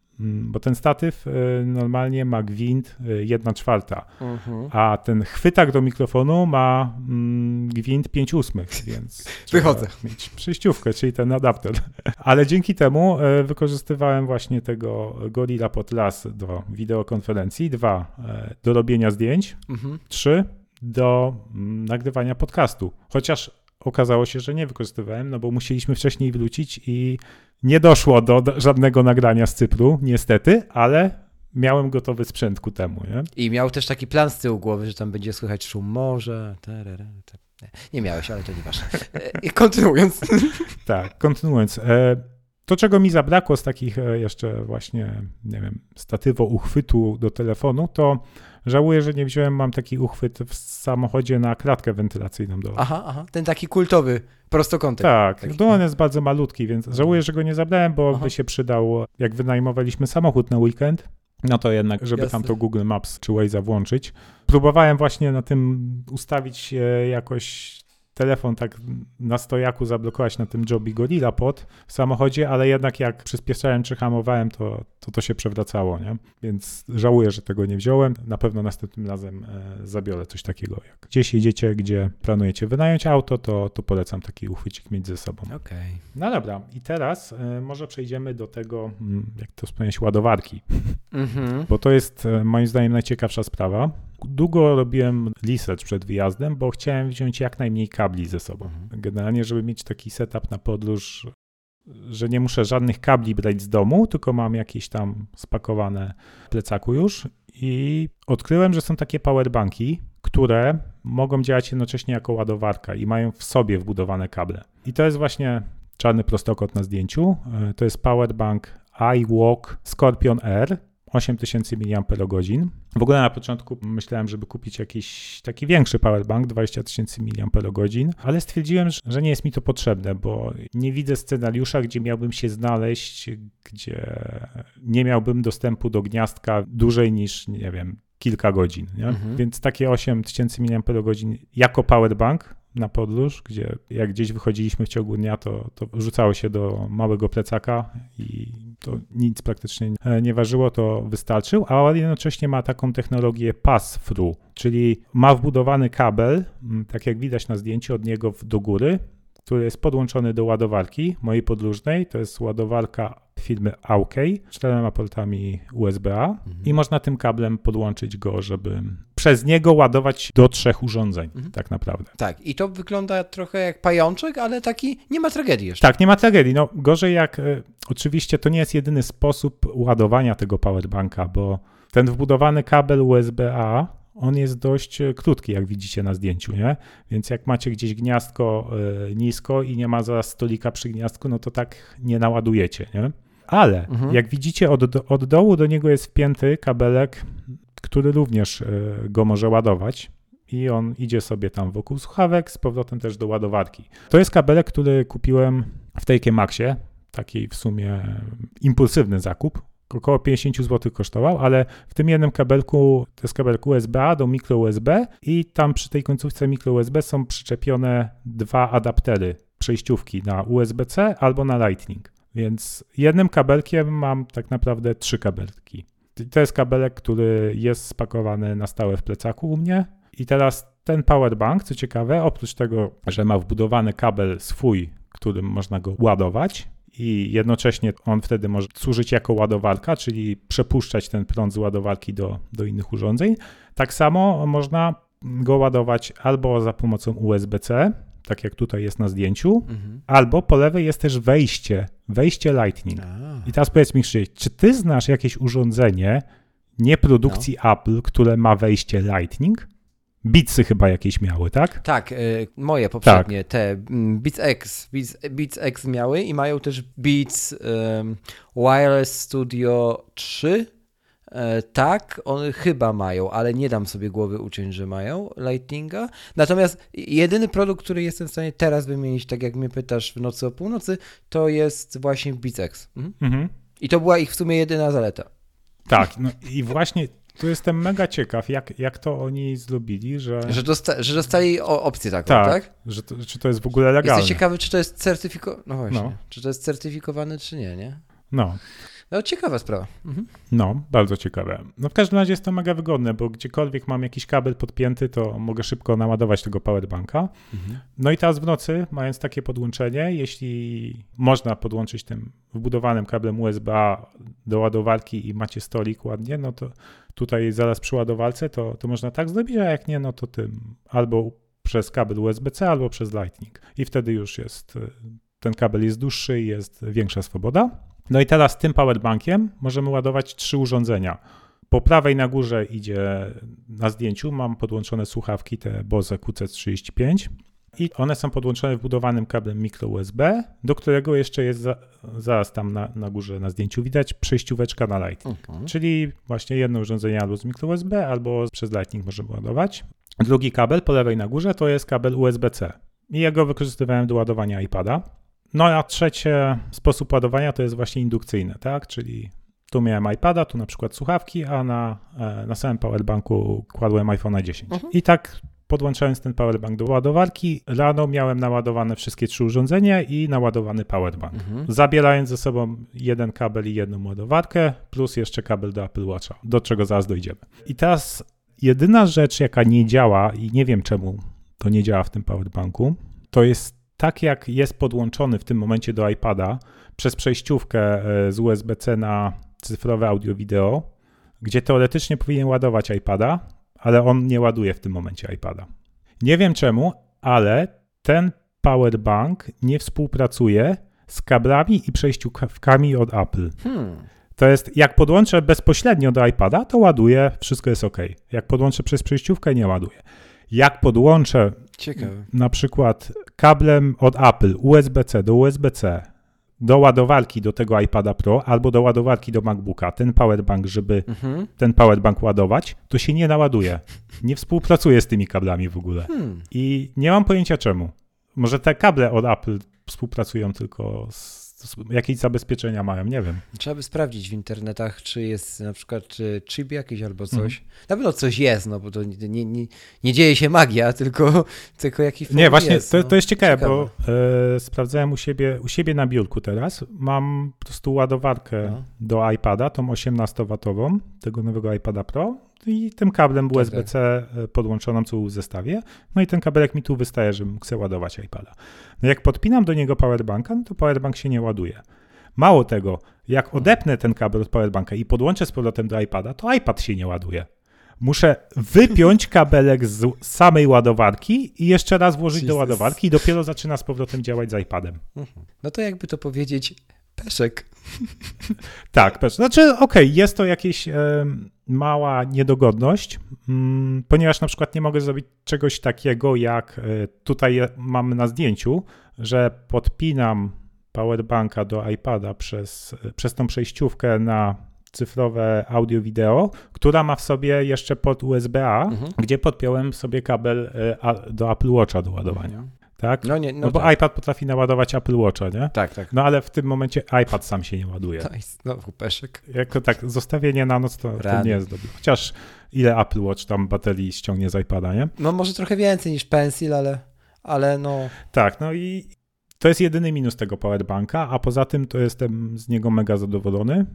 bo ten statyw normalnie ma gwint jedna czwarta, uh-huh. a ten chwytak do mikrofonu ma mm, gwint pięć ósmych, więc wychodzę. Mieć przejściówkę, czyli ten adapter. Ale dzięki temu wykorzystywałem właśnie tego GorillaPod Las do wideokonferencji, dwa do robienia zdjęć, uh-huh. trzy do mm, nagrywania podcastu. Chociaż okazało się, że nie wykorzystywałem, no bo musieliśmy wcześniej wrócić i nie doszło do żadnego nagrania z Cypru, niestety, ale miałem gotowy sprzęt ku temu. Nie? I miał też taki plan z tyłu głowy, że tam będzie słychać szum morza. Tarara, tarara. Nie miałeś, ale to nieważne. I kontynuując. Tak, kontynuując. To, czego mi zabrakło z takich jeszcze właśnie, nie wiem, statywo uchwytu do telefonu, to żałuję, że nie wziąłem, mam taki uchwyt w samochodzie na klatkę wentylacyjną. Do... Aha, aha, ten taki kultowy, prostokątek. Tak, taki. No on jest bardzo malutki, więc żałuję, że go nie zabrałem, bo aha. by się przydał, jak wynajmowaliśmy samochód na weekend, no to jednak, żeby Jasne. tam to Google Maps czy Waze'a włączyć. Próbowałem właśnie na tym ustawić się jakoś telefon tak na stojaku zablokować na tym Joby GorillaPod w samochodzie, ale jednak jak przyspieszałem czy hamowałem, to to, to się przewracało, nie? Więc żałuję, że tego nie wziąłem. Na pewno następnym razem e, zabiorę coś takiego. Jak gdzieś jedziecie, gdzie planujecie wynająć auto, to, to polecam taki uchwycik mieć ze sobą. Okay. No dobra, i teraz e, może przejdziemy do tego, jak to wspomniałeś, ładowarki. Mm-hmm. Bo to jest e, moim zdaniem najciekawsza sprawa. Długo robiłem research przed wyjazdem, bo chciałem wziąć jak najmniej kabli ze sobą. Generalnie, żeby mieć taki setup na podróż, że nie muszę żadnych kabli brać z domu, tylko mam jakieś tam spakowane w plecaku już i odkryłem, że są takie powerbanki, które mogą działać jednocześnie jako ładowarka i mają w sobie wbudowane kable. I to jest właśnie czarny prostokąt na zdjęciu. To jest powerbank iWalk Scorpion R. osiem tysięcy miliamperogodzin. W ogóle na początku myślałem, żeby kupić jakiś taki większy powerbank, dwadzieścia tysięcy miliamperogodzin, ale stwierdziłem, że nie jest mi to potrzebne, bo nie widzę scenariusza, gdzie miałbym się znaleźć, gdzie nie miałbym dostępu do gniazdka dłużej niż, nie wiem, kilka godzin. Nie? Mhm. Więc takie osiem tysięcy miliamperogodzin jako powerbank na podróż, gdzie jak gdzieś wychodziliśmy w ciągu dnia, to, to rzucało się do małego plecaka i to nic praktycznie nie ważyło, to wystarczył, a jednocześnie ma taką technologię pass-through, czyli ma wbudowany kabel, tak jak widać na zdjęciu, od niego do góry, który jest podłączony do ładowarki mojej podróżnej. To jest ładowarka firmy Aukey, czterema portami U S B A mhm. i można tym kablem podłączyć go, żeby przez niego ładować do trzech urządzeń, mhm. tak naprawdę. Tak, i to wygląda trochę jak pajączek, ale taki nie ma tragedii jeszcze. Tak, nie ma tragedii. No gorzej jak, y, oczywiście to nie jest jedyny sposób ładowania tego powerbanka, bo ten wbudowany kabel U S B A, on jest dość krótki, jak widzicie na zdjęciu, nie? Więc jak macie gdzieś gniazdko y, nisko i nie ma za stolika przy gniazdku, no to tak nie naładujecie, nie? Ale mhm. jak widzicie, od, od dołu do niego jest wpięty kabelek, który również y, go może ładować i on idzie sobie tam wokół słuchawek, z powrotem też do ładowarki. To jest kabelek, który kupiłem w Take Maxie, taki w sumie impulsywny zakup. Około pięćdziesiąt złotych kosztował, ale w tym jednym kabelku, to jest kabelek U S B A do mikro U S B i tam przy tej końcówce mikro U S B są przyczepione dwa adaptery, przejściówki na U S B C albo na Lightning. Więc jednym kabelkiem mam tak naprawdę trzy kabelki. To jest kabelek, który jest spakowany na stałe w plecaku u mnie i teraz ten powerbank, co ciekawe, oprócz tego, że ma wbudowany kabel swój, którym można go ładować, i jednocześnie on wtedy może służyć jako ładowarka, czyli przepuszczać ten prąd z ładowarki do, do innych urządzeń. Tak samo można go ładować albo za pomocą U S B C, tak jak tutaj jest na zdjęciu, mhm. albo po lewej jest też wejście, wejście Lightning. A. I teraz powiedz mi, Krzysiek, czy ty znasz jakieś urządzenie nie produkcji no. Apple, które ma wejście Lightning? Beatsy chyba jakieś miały, tak? Tak, y, moje poprzednie, tak. te Beats X, Beats, Beats X miały i mają też Beats y, Wireless Studio trzy, y, tak, one chyba mają, ale nie dam sobie głowy uciąć, że mają Lightninga. Natomiast jedyny produkt, który jestem w stanie teraz wymienić, tak jak mnie pytasz w nocy o północy, to jest właśnie Beats X. Mhm. Mhm. I to była ich w sumie jedyna zaleta. Tak, no i właśnie... Tu jestem mega ciekaw, jak, jak to oni zrobili, że... Że, dosta- że dostali opcję taką, tak? tak? Że to, czy to jest w ogóle legalne. Jesteś ciekawy, czy to jest certyfikowane, no właśnie, no. czy to jest certyfikowane, czy nie, nie? No. No ciekawa sprawa. Mhm. No, bardzo ciekawe. No w każdym razie jest to mega wygodne, bo gdziekolwiek mam jakiś kabel podpięty, to mogę szybko naładować tego powerbanka. Mhm. No i teraz w nocy, mając takie podłączenie, jeśli można podłączyć tym wbudowanym kablem U S B A do ładowarki i macie stolik ładnie, no to tutaj zaraz przy ładowarce, to, to można tak zrobić, a jak nie, no to tym albo przez kabel U S B C, albo przez Lightning. I wtedy już jest, ten kabel jest dłuższy i jest większa swoboda. No i teraz tym powerbankiem możemy ładować trzy urządzenia. Po prawej na górze idzie na zdjęciu, mam podłączone słuchawki, te Bose Q C trzydzieści pięć i one są podłączone wbudowanym kablem mikro U S B, do którego jeszcze jest za, zaraz tam na, na górze na zdjęciu widać przejścióweczka na Lightning. Okay. Czyli właśnie jedno urządzenie albo z mikro U S B, albo przez Lightning możemy ładować. Drugi kabel po lewej na górze to jest kabel U S B C i ja go wykorzystywałem do ładowania iPada. No a trzecie sposób ładowania to jest właśnie indukcyjny, tak? Czyli tu miałem iPada, tu na przykład słuchawki, a na, na samym powerbanku kładłem iPhone'a dziesięć. Mhm. I tak podłączając ten powerbank do ładowarki, rano miałem naładowane wszystkie trzy urządzenia i naładowany powerbank. Mhm. Zabierając ze sobą jeden kabel i jedną ładowarkę, plus jeszcze kabel do Apple Watcha, do czego zaraz dojdziemy. I teraz jedyna rzecz, jaka nie działa i nie wiem czemu to nie działa w tym powerbanku, to jest tak jak jest podłączony w tym momencie do iPada przez przejściówkę z U S B C na cyfrowe audio-wideo, gdzie teoretycznie powinien ładować iPada, ale on nie ładuje w tym momencie iPada. Nie wiem czemu, ale ten powerbank nie współpracuje z kablami i przejściówkami od Apple. Hmm. To jest, jak podłączę bezpośrednio do iPada, to ładuje, wszystko jest ok. Jak podłączę przez przejściówkę, nie ładuje. Jak podłączę Ciekawe. na przykład kablem od Apple U S B C do U S B C do ładowarki do tego iPada Pro albo do ładowarki do MacBooka, ten powerbank, żeby mhm. ten powerbank ładować, to się nie naładuje. Nie współpracuje z tymi kablami w ogóle. Hmm. I nie mam pojęcia czemu. Może te kable od Apple współpracują tylko z jakieś zabezpieczenia mają, nie wiem. Trzeba by sprawdzić w internetach, czy jest na przykład chip jakiś albo coś. Mm. Na pewno coś jest, no bo to nie, nie, nie dzieje się magia, tylko, tylko jakiś Nie, właśnie jest, to, no. to jest ciekawe, ciekawe. bo e, sprawdzałem u siebie, u siebie na biurku teraz. Mam po prostu ładowarkę no. do iPada, tą osiemnastowatową, tego nowego iPada Pro i tym kablem U S B C okay. podłączoną, co był w zestawie. No i ten kabelek mi tu wystaje, żebym chcę ładować iPada. No jak podpinam do niego powerbanka, no to powerbank się nie ładuje. Mało tego, jak odepnę ten kabel od powerbanka i podłączę z powrotem do iPada, to iPad się nie ładuje. Muszę wypiąć kabelek z samej ładowarki i jeszcze raz włożyć Jesus. do ładowarki i dopiero zaczyna z powrotem działać z iPadem. No to jakby to powiedzieć, peszek. Tak, peszek. Znaczy okej, okay, jest to jakaś e, mała niedogodność, m, ponieważ na przykład nie mogę zrobić czegoś takiego, jak e, tutaj mamy na zdjęciu, że podpinam powerbanka do iPada przez, przez tą przejściówkę na cyfrowe audio-wideo, która ma w sobie jeszcze port U S B A, mhm. gdzie podpiąłem sobie kabel do Apple Watcha do ładowania. Mhm. Tak? No, nie, no, no bo tak. iPad potrafi naładować Apple Watcha, nie? Tak, tak. No ale w tym momencie iPad sam się nie ładuje. To jest znowu peszek. Jako tak zostawienie na noc to, to nie jest dobre. Chociaż ile Apple Watch tam baterii ściągnie z iPada, nie? No może trochę więcej niż Pencil, ale, ale no... Tak, no i to jest jedyny minus tego powerbanka, a poza tym to jestem z niego mega zadowolony.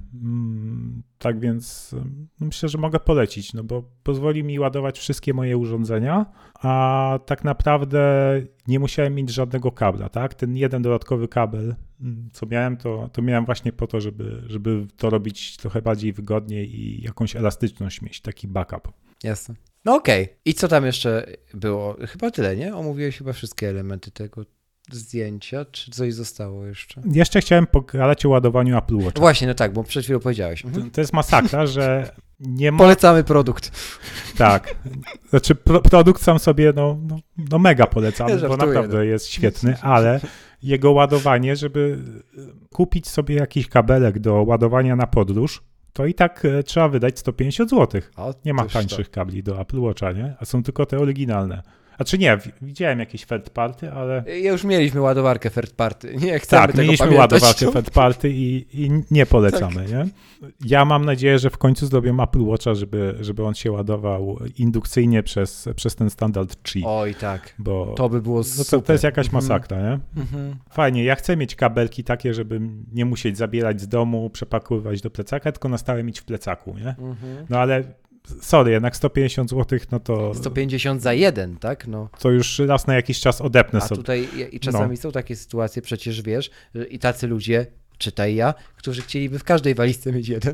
Tak więc myślę, że mogę polecić, no bo pozwoli mi ładować wszystkie moje urządzenia, a tak naprawdę nie musiałem mieć żadnego kabla, tak? Ten jeden dodatkowy kabel, co miałem, to, to miałem właśnie po to, żeby, żeby to robić trochę bardziej wygodnie i jakąś elastyczność mieć, taki backup. Jasne. No okej. Okay. I co tam jeszcze było? Chyba tyle, nie? Omówiłeś chyba wszystkie elementy tego zdjęcia, czy coś zostało jeszcze? Jeszcze chciałem pogadać o ładowaniu Apple Watcha. Właśnie, no tak, bo przed chwilą powiedziałeś. Mhm. To, to jest masakra, że nie ma... Polecamy produkt. Tak. Znaczy pro, produkt sam sobie, no, no, no mega polecam, ja bo naprawdę no. jest świetny, ale jego ładowanie, żeby kupić sobie jakiś kabelek do ładowania na podróż, to i tak trzeba wydać sto pięćdziesiąt złotych. O, nie ma tańszych to. kabli do Apple Watcha, nie? A są tylko te oryginalne. A czy nie, widziałem jakieś third party, ale... Ja już mieliśmy ładowarkę third party, nie chcemy tak, tego mieliśmy pamiętać. ładowarkę third party i, i nie polecamy, tak. nie? Ja mam nadzieję, że w końcu zrobią Apple Watcha, żeby, żeby on się ładował indukcyjnie przez, przez ten standard Qi. Oj tak, bo to by było no super. to, to jest jakaś masakra, nie? Mhm. Fajnie, ja chcę mieć kabelki takie, żeby nie musieć zabierać z domu, przepakowywać do plecaka, tylko na stałe mieć w plecaku, nie? Mhm. No ale... Sorry, jednak sto pięćdziesiąt złotych, no to... sto pięćdziesiąt za jeden, tak? No. To już raz na jakiś czas odepnę A sobie. A tutaj i czasami no. są takie sytuacje, przecież wiesz, i tacy ludzie, czytaj ja, którzy chcieliby w każdej walizce mieć jeden.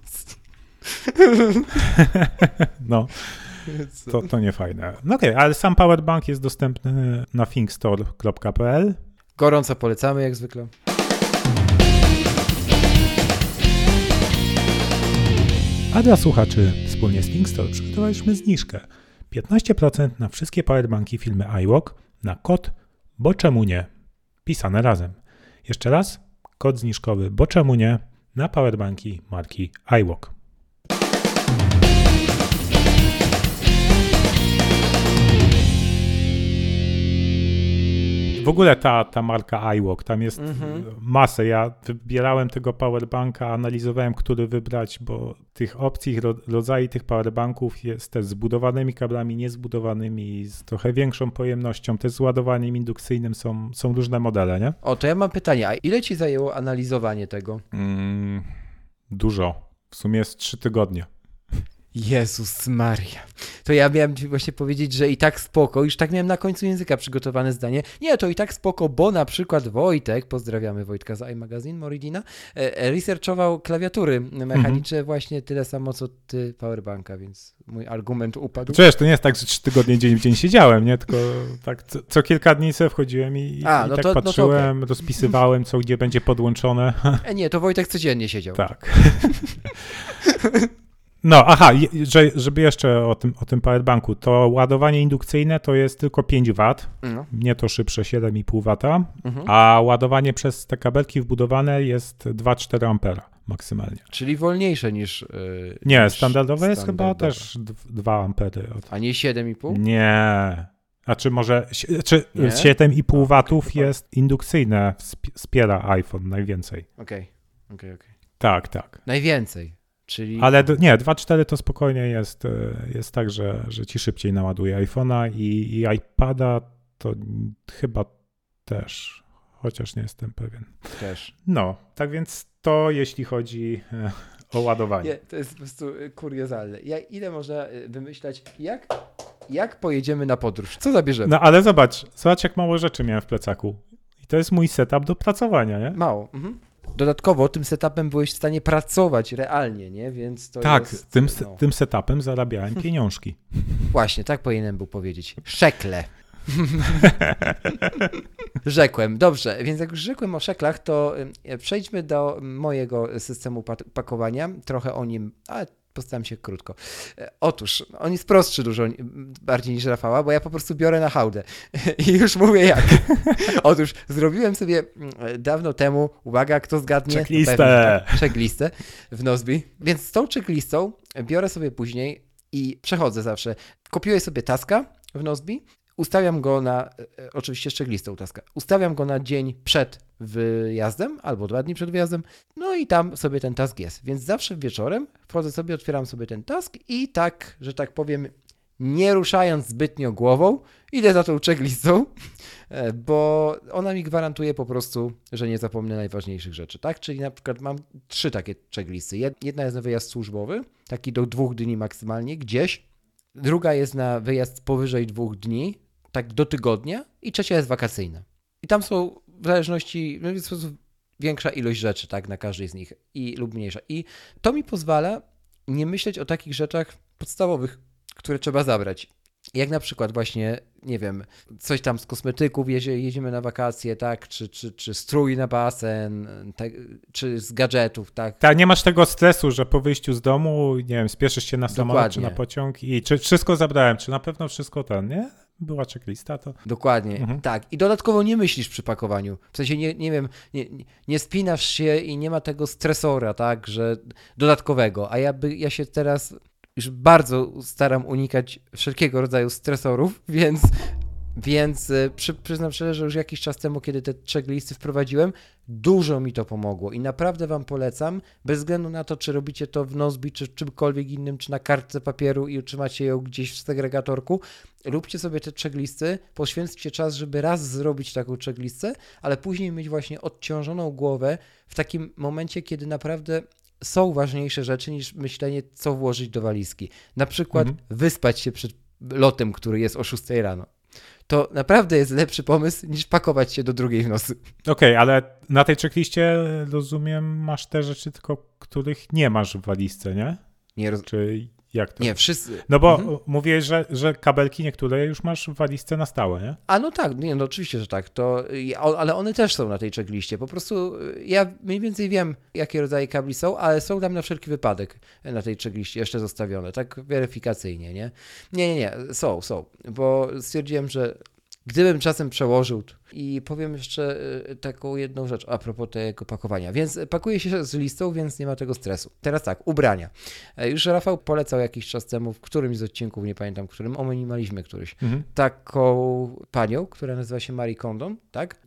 No, to, to nie fajne. No okej, okay, ale sam powerbank jest dostępny na thinkstore kropka p l. Gorąco polecamy, jak zwykle. A dla słuchaczy wspólnie z Thinkstore przygotowaliśmy zniżkę piętnaście procent na wszystkie powerbanki firmy iWalk na kod bo czemu nie, pisane razem. Jeszcze raz, kod zniżkowy bo czemu nie na powerbanki marki iWalk. W ogóle ta, ta marka iWalk, tam jest mm-hmm. masę. Ja wybierałem tego powerbanka, analizowałem, który wybrać, bo tych opcji, rodzajów tych powerbanków jest też z zbudowanymi kablami, niezbudowanymi, z trochę większą pojemnością, też z ładowaniem indukcyjnym są, są różne modele, nie? O, to ja mam pytanie, a ile ci zajęło analizowanie tego? Mm, dużo. W sumie jest trzy tygodnie. Jezus Maria. To ja miałem ci właśnie powiedzieć, że i tak spoko, już tak miałem na końcu języka przygotowane zdanie. Nie, to i tak spoko, bo na przykład Wojtek, pozdrawiamy Wojtka z iMagazine, Moridina, e, researchował klawiatury mechaniczne mm-hmm. właśnie tyle samo, co ty powerbanka, więc mój argument upadł. Przecież to nie jest tak, że trzy tygodnie dzień w dzień siedziałem, nie? Tylko tak co, co kilka dni sobie wchodziłem i, A, i no tak to, patrzyłem, no okay. rozpisywałem, co gdzie będzie podłączone. E, nie, to Wojtek codziennie siedział. Tak. No, aha, że, żeby jeszcze o tym, o tym powerbanku, to ładowanie indukcyjne to jest tylko pięć watów, no. nie to szybsze siedem i pół wata, mhm. a ładowanie przez te kabelki wbudowane jest dwa przecinek cztery ampera maksymalnie. Czyli wolniejsze niż... Yy, nie, niż standardowe jest standardowe. chyba też dwa ampery. Od... A nie siedem i pół? Nie. A czy może, czy Nie? siedem i pół watów jest indukcyjne, wspiera iPhone najwięcej. Okej, okay. okej, okay, okej. Okay. Tak, tak. Najwięcej, czyli... Ale do, nie, dwa cztery to spokojnie jest, jest tak, że, że ci szybciej naładuje iPhone'a i, i iPada to chyba też, chociaż nie jestem pewien. Też. No, tak więc to jeśli chodzi o ładowanie. Nie, to jest po prostu kuriozalne. Jak, ile można wymyślać, jak, jak pojedziemy na podróż? Co zabierzemy? No ale zobacz, zobacz jak mało rzeczy miałem w plecaku. I to jest mój setup do pracowania, nie? Mało. Mhm. Dodatkowo tym setupem byłeś w stanie pracować realnie, nie? Więc to tak, jest... tym, no. tym setupem zarabiałem pieniążki. Właśnie, tak powinienem był powiedzieć. Szekle. Rzekłem. Dobrze, więc jak już rzekłem o szeklach, to przejdźmy do mojego systemu pakowania. Trochę o nim, ale postaram się krótko. Otóż, on jest prostszy dużo bardziej niż Rafała, bo ja po prostu biorę na hałdę. I już mówię jak. Otóż zrobiłem sobie dawno temu, uwaga, kto zgadnie? Checklistę. Tak, checklistę w Nozbi. Więc z tą checklistą biorę sobie później i przechodzę zawsze. Kopiuję sobie taska w Nozbi, ustawiam go na, oczywiście z checklistą taska, ustawiam go na dzień przed wyjazdem albo dwa dni przed wyjazdem, no i tam sobie ten task jest. Więc zawsze wieczorem wchodzę sobie, otwieram sobie ten task i tak, że tak powiem, nie ruszając zbytnio głową, idę za tą checklistą, bo ona mi gwarantuje po prostu, że nie zapomnę najważniejszych rzeczy, tak? Czyli na przykład mam trzy takie checklisty. Jedna jest na wyjazd służbowy, taki do dwóch dni maksymalnie, gdzieś. Druga jest na wyjazd powyżej dwóch dni, tak do tygodnia, i trzecia jest wakacyjna. I tam są w zależności, no jest większa ilość rzeczy, tak, na każdej z nich, i lub mniejsza. I to mi pozwala nie myśleć o takich rzeczach podstawowych, które trzeba zabrać. Jak na przykład właśnie, nie wiem, coś tam z kosmetyków, jedzie, jedziemy na wakacje, tak, czy, czy, czy strój na basen, tak, czy z gadżetów, tak. Tak, nie masz tego stresu, że po wyjściu z domu, nie wiem, spieszysz się na samolot Dokładnie. czy na pociąg i czy wszystko zabrałem, czy na pewno wszystko ten, nie? Była checklista, to... Dokładnie, mhm. tak. I dodatkowo nie myślisz przy pakowaniu. W sensie, nie, nie wiem, nie, nie spinasz się i nie ma tego stresora, tak, że dodatkowego. A ja, by, ja się teraz już bardzo staram unikać wszelkiego rodzaju stresorów, więc, więc przy, przyznam szczerze, że już jakiś czas temu, kiedy te checklisty wprowadziłem, dużo mi to pomogło i naprawdę wam polecam, bez względu na to, czy robicie to w Nozbi, czy czymkolwiek innym, czy na kartce papieru i utrzymacie ją gdzieś w segregatorku, róbcie sobie te checklisty, poświęćcie czas, żeby raz zrobić taką checklistę, ale później mieć właśnie odciążoną głowę w takim momencie, kiedy naprawdę są ważniejsze rzeczy niż myślenie, co włożyć do walizki. Na przykład mhm. wyspać się przed lotem, który jest o szóstej rano. To naprawdę jest lepszy pomysł niż pakować się do drugiej w nocy. Okej, okay, ale na tej checkliście, rozumiem, masz te rzeczy, tylko których nie masz w walizce, nie? Nie roz... Czy jak to? Nie, wszyscy. No bo mhm. mówię, że, że kabelki niektóre już masz w walizce na stałe, nie? A no tak, nie, no oczywiście, że tak, to, ale one też są na tej checkliście. Po prostu ja mniej więcej wiem, jakie rodzaje kabli są, ale są tam na wszelki wypadek na tej checkliście jeszcze zostawione, tak weryfikacyjnie, nie? Nie, nie, nie, są, są, bo stwierdziłem, że gdybym czasem przełożył i powiem jeszcze taką jedną rzecz a propos tego pakowania. Więc pakuję się z listą, więc nie ma tego stresu. Teraz tak, ubrania. Już Rafał polecał jakiś czas temu w którymś z odcinków, nie pamiętam którym, o minimalizmie któryś, mhm. taką panią, która nazywa się Marie Kondo, tak?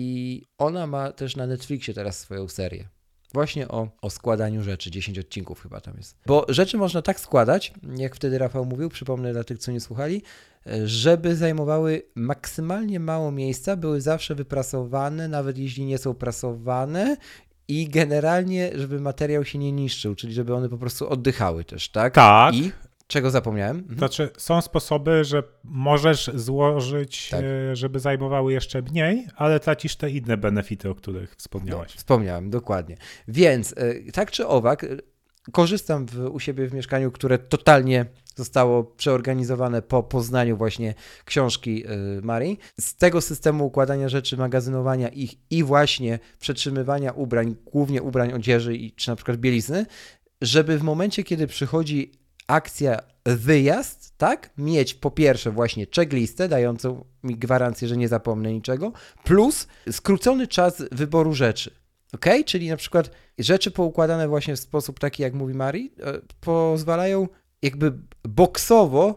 I ona ma też na Netflixie teraz swoją serię. Właśnie o, o składaniu rzeczy, dziesięć odcinków chyba tam jest. Bo rzeczy można tak składać, jak wtedy Rafał mówił, przypomnę dla tych, co nie słuchali, żeby zajmowały maksymalnie mało miejsca, były zawsze wyprasowane, nawet jeśli nie są prasowane, i generalnie, żeby materiał się nie niszczył, czyli żeby one po prostu oddychały też, tak? Tak. I czego zapomniałem? Mhm. Znaczy, są sposoby, że możesz złożyć, tak. żeby zajmowały jeszcze mniej, ale tracisz te inne benefity, o których wspomniałeś. No, wspomniałem, dokładnie. Więc tak czy owak, korzystam w, u siebie w mieszkaniu, które totalnie zostało przeorganizowane po poznaniu właśnie książki Marii. Z tego systemu układania rzeczy, magazynowania ich i właśnie przetrzymywania ubrań, głównie ubrań, odzieży i czy na przykład bielizny, żeby w momencie, kiedy przychodzi akcja wyjazd, tak, mieć po pierwsze właśnie checklistę dającą mi gwarancję, że nie zapomnę niczego, plus skrócony czas wyboru rzeczy. Ok? Czyli na przykład rzeczy poukładane właśnie w sposób taki, jak mówi Marii, pozwalają jakby boksowo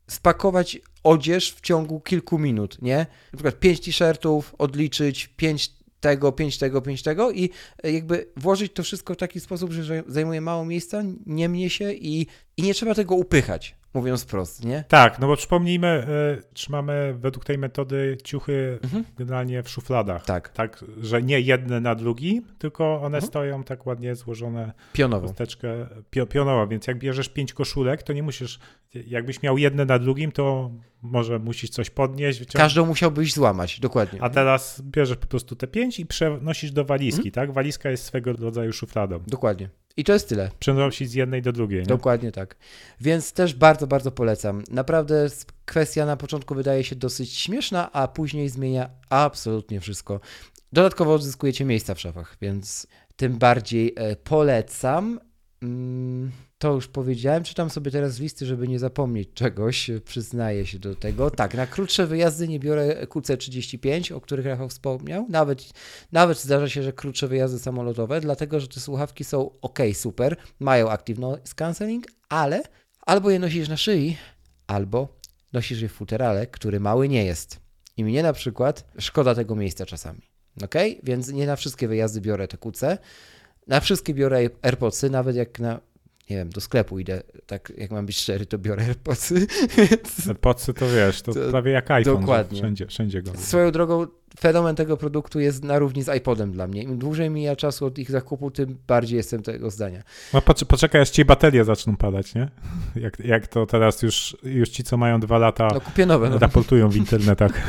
spakować odzież w ciągu kilku minut, nie? Na przykład pięć t-shirtów, odliczyć, pięć tego, pięć tego, pięć tego i jakby włożyć to wszystko w taki sposób, że zajmuje mało miejsca, nie mnie się i, i nie trzeba tego upychać, mówiąc wprost, nie? Tak, no bo przypomnijmy, y, trzymamy według tej metody ciuchy mhm. generalnie w szufladach. Tak. Tak, że nie jedne na drugim, tylko one mhm. stoją tak ładnie złożone. Pionowo. Kosteczkę pio, pionowo, więc jak bierzesz pięć koszulek, to nie musisz, jakbyś miał jedne na drugim, to może musisz coś podnieść. Wyciągnąć. Każdą musiałbyś złamać, dokładnie. A teraz bierzesz po prostu te pięć i przenosisz do walizki, mhm. tak? Walizka jest swego rodzaju szufladą. Dokładnie. I to jest tyle. Przenosić z jednej do drugiej. Nie? Dokładnie tak. Więc też bardzo, bardzo polecam. Naprawdę kwestia na początku wydaje się dosyć śmieszna, a później zmienia absolutnie wszystko. Dodatkowo odzyskujecie miejsca w szafach, więc tym bardziej e, polecam. Mm, to już powiedziałem. Czytam sobie teraz listy, żeby nie zapomnieć czegoś. Przyznaję się do tego. Tak, na krótsze wyjazdy nie biorę Q C trzydzieści pięć, o których Rafał wspomniał. Nawet, nawet zdarza się, że krótsze wyjazdy samolotowe, dlatego że te słuchawki są ok, super, mają active noise cancelling, ale albo je nosisz na szyi, albo nosisz je w futerale, który mały nie jest. I mnie na przykład szkoda tego miejsca czasami. Ok? Więc nie na wszystkie wyjazdy biorę te Q C. Na wszystkie biorę AirPodsy, nawet jak na, nie wiem, do sklepu idę, tak jak mam być szczery, to biorę AirPodsy. AirPodsy to wiesz, to, to prawie jak iPhone, dokładnie. Wszędzie, wszędzie go. Swoją drogą fenomen tego produktu jest na równi z iPodem dla mnie. Im dłużej mija czasu od ich zakupu, tym bardziej jestem tego zdania. No poczekaj, aż ci baterie zaczną padać, nie? Jak, jak to teraz już, już ci, co mają dwa lata, no, kupię nowe, no. raportują w internetach.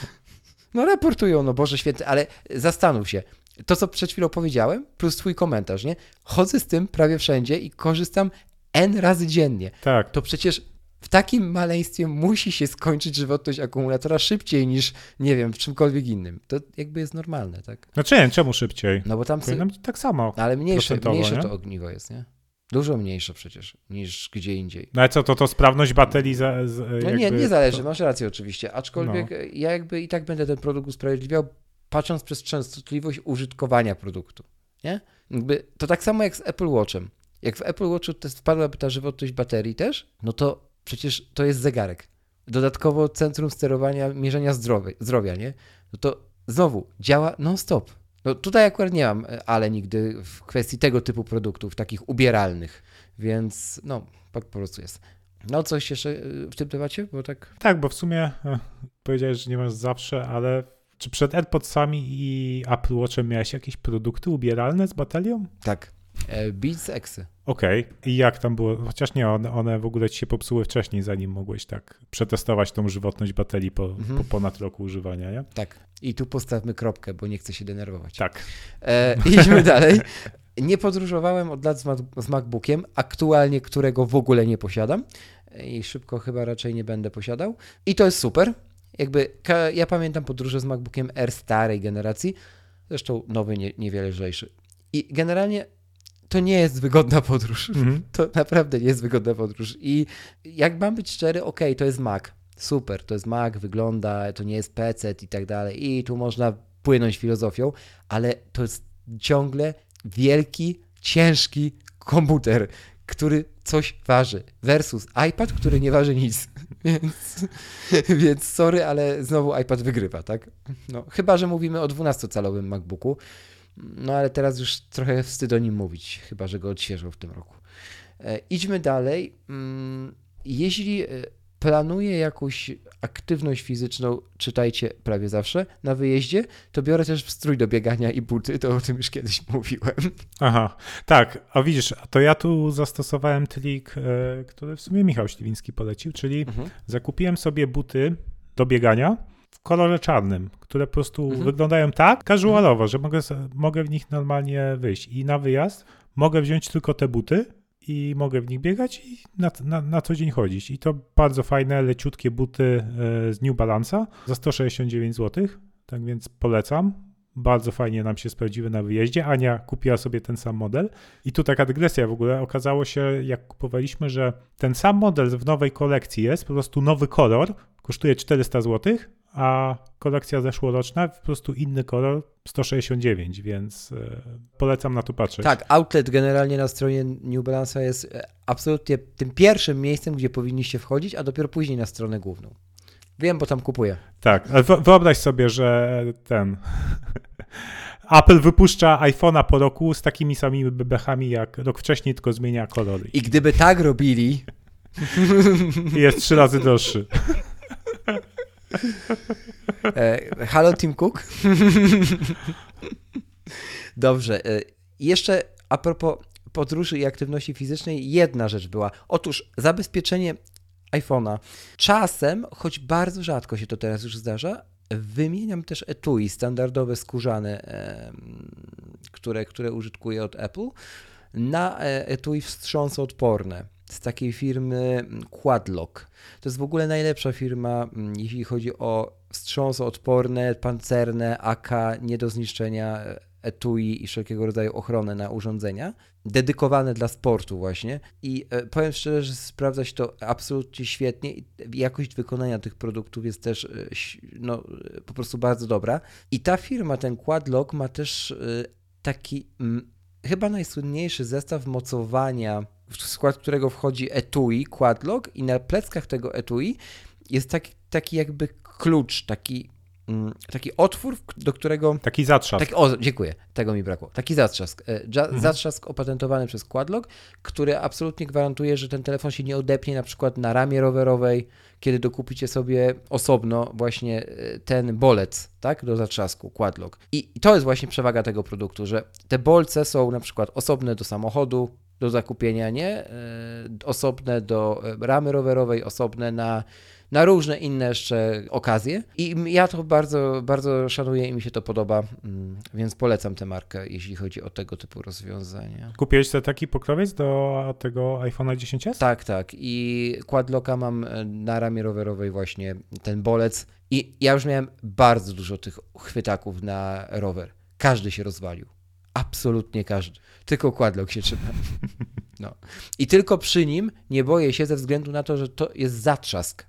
No raportują, no Boże święty, ale zastanów się. To, co przed chwilą powiedziałem, plus twój komentarz, nie? Chodzę z tym prawie wszędzie i korzystam N razy dziennie. Tak. To przecież w takim maleństwie musi się skończyć żywotność akumulatora szybciej niż, nie wiem, w czymkolwiek innym. To jakby jest normalne, tak? Znaczy nie, czemu szybciej? No bo tam... Powinnam tak samo. Ale mniejsze, mniejsze to ogniwo jest, nie? Dużo mniejsze przecież niż gdzie indziej. No ale co, to to sprawność baterii za, z, No nie, nie zależy, to... masz rację oczywiście, aczkolwiek no. ja jakby i tak będę ten produkt usprawiedliwiał, patrząc przez częstotliwość użytkowania produktu, nie? Jakby to tak samo jak z Apple Watchem. Jak w Apple Watchu wpadłaby ta żywotność baterii też, no to przecież to jest zegarek. Dodatkowo centrum sterowania, mierzenia zdrowie, zdrowia, nie? No to znowu działa non-stop. No tutaj akurat nie mam ale nigdy w kwestii tego typu produktów, takich ubieralnych, więc no, po prostu jest. No coś jeszcze w tym temacie? Bo tak... tak, bo w sumie e, powiedziałeś, że nie masz zawsze, ale czy przed AirPodsami i Apple Watchem miałeś jakieś produkty ubieralne z baterią? Tak, e, Beats Exy. Okej, okay. I jak tam było? Chociaż nie, one, one w ogóle ci się popsuły wcześniej, zanim mogłeś tak przetestować tą żywotność baterii po, mhm. po ponad roku używania, nie? Tak. I tu postawmy kropkę, bo nie chcę się denerwować. Tak. E, idźmy dalej. Nie podróżowałem od lat z, Mac- z MacBookiem, aktualnie którego w ogóle nie posiadam i szybko chyba raczej nie będę posiadał. I to jest super. Jakby ka- ja pamiętam podróże z MacBookiem Air starej generacji, zresztą nowy nie, niewiele lżejszy. I generalnie to nie jest wygodna podróż. Mm-hmm. To naprawdę nie jest wygodna podróż. I jak mam być szczery, okej, okay, to jest Mac. Super, to jest Mac, wygląda, to nie jest P C i tak dalej i tu można płynąć filozofią, ale to jest ciągle wielki, ciężki komputer, który coś waży versus iPad, który nie waży nic. Więc, więc sorry, ale znowu iPad wygrywa, tak? No, chyba że mówimy o dwunastocalowym MacBooku, no ale teraz już trochę wstyd o nim mówić, chyba że go odświeżą w tym roku. E, idźmy dalej. Jeśli planuję jakąś aktywność fizyczną, czytajcie prawie zawsze, na wyjeździe, to biorę też strój do biegania i buty, to o tym już kiedyś mówiłem. Aha, tak, a widzisz, to ja tu zastosowałem trik, e, który w sumie Michał Śliwiński polecił, czyli mhm. zakupiłem sobie buty do biegania w kolorze czarnym, które po prostu mhm. wyglądają tak casualowo, mhm. że mogę, mogę w nich normalnie wyjść i na wyjazd mogę wziąć tylko te buty i mogę w nich biegać i na, na, na co dzień chodzić. I to bardzo fajne, leciutkie buty e, z New Balance'a za sto sześćdziesiąt dziewięć złotych, tak więc polecam. Bardzo fajnie nam się sprawdziły na wyjeździe. Ania kupiła sobie ten sam model. I tu taka dygresja w ogóle. Okazało się, jak kupowaliśmy, że ten sam model w nowej kolekcji jest, po prostu nowy kolor, kosztuje czterysta złotych, a kolekcja zeszłoroczna po prostu inny kolor sto sześćdziesiąt dziewięć, więc polecam na to patrzeć. Tak, outlet generalnie na stronie New Balance'a jest absolutnie tym pierwszym miejscem, gdzie powinniście wchodzić, a dopiero później na stronę główną. Wiem, bo tam kupuję. Tak, ale wyobraź sobie, że ten Apple wypuszcza iPhone'a po roku z takimi samymi bebechami jak rok wcześniej, tylko zmienia kolory. I gdyby tak robili... Jest trzy razy droższy. E, halo Tim Cook? Dobrze. E, jeszcze a propos podróży i aktywności fizycznej, jedna rzecz była. Otóż zabezpieczenie iPhone'a. Czasem, choć bardzo rzadko się to teraz już zdarza, wymieniam też etui standardowe, skórzane, e, które, które użytkuję od Apple, na etui wstrząsoodporne z takiej firmy Quadlock. To jest w ogóle najlepsza firma, jeśli chodzi o wstrząsoodporne, pancerne, A K, nie do zniszczenia etui i wszelkiego rodzaju ochronę na urządzenia, dedykowane dla sportu właśnie. I powiem szczerze, że sprawdza się to absolutnie świetnie i jakość wykonania tych produktów jest też no, po prostu bardzo dobra. I ta firma, ten Quadlock, ma też taki m, chyba najsłynniejszy zestaw mocowania, w skład którego wchodzi etui, Quadlock, i na pleckach tego etui jest taki, taki jakby klucz, taki, mm, taki otwór, do którego... Taki zatrzask. Taki, o, dziękuję, tego mi brakło. Taki zatrzask. Dża, mhm. Zatrzask opatentowany przez Quadlock, który absolutnie gwarantuje, że ten telefon się nie odepnie na przykład na ramie rowerowej, kiedy dokupicie sobie osobno właśnie ten bolec, tak, do zatrzasku Quadlock. I, I to jest właśnie przewaga tego produktu, że te bolce są na przykład osobne do samochodu, do zakupienia, nie? Osobne do ramy rowerowej, osobne na, na różne inne jeszcze okazje. I ja to bardzo, bardzo szanuję i mi się to podoba, więc polecam tę markę, jeśli chodzi o tego typu rozwiązania. Kupiłeś sobie taki pokrowiec do tego iPhone'a dziesięć es? Tak, tak. I Quadlocka mam na ramię rowerowej właśnie ten bolec. I ja już miałem bardzo dużo tych chwytaków na rower. Każdy się rozwalił. Absolutnie każdy. Tylko Quadlock się trzyma. No. I tylko przy nim nie boję się ze względu na to, że to jest zatrzask,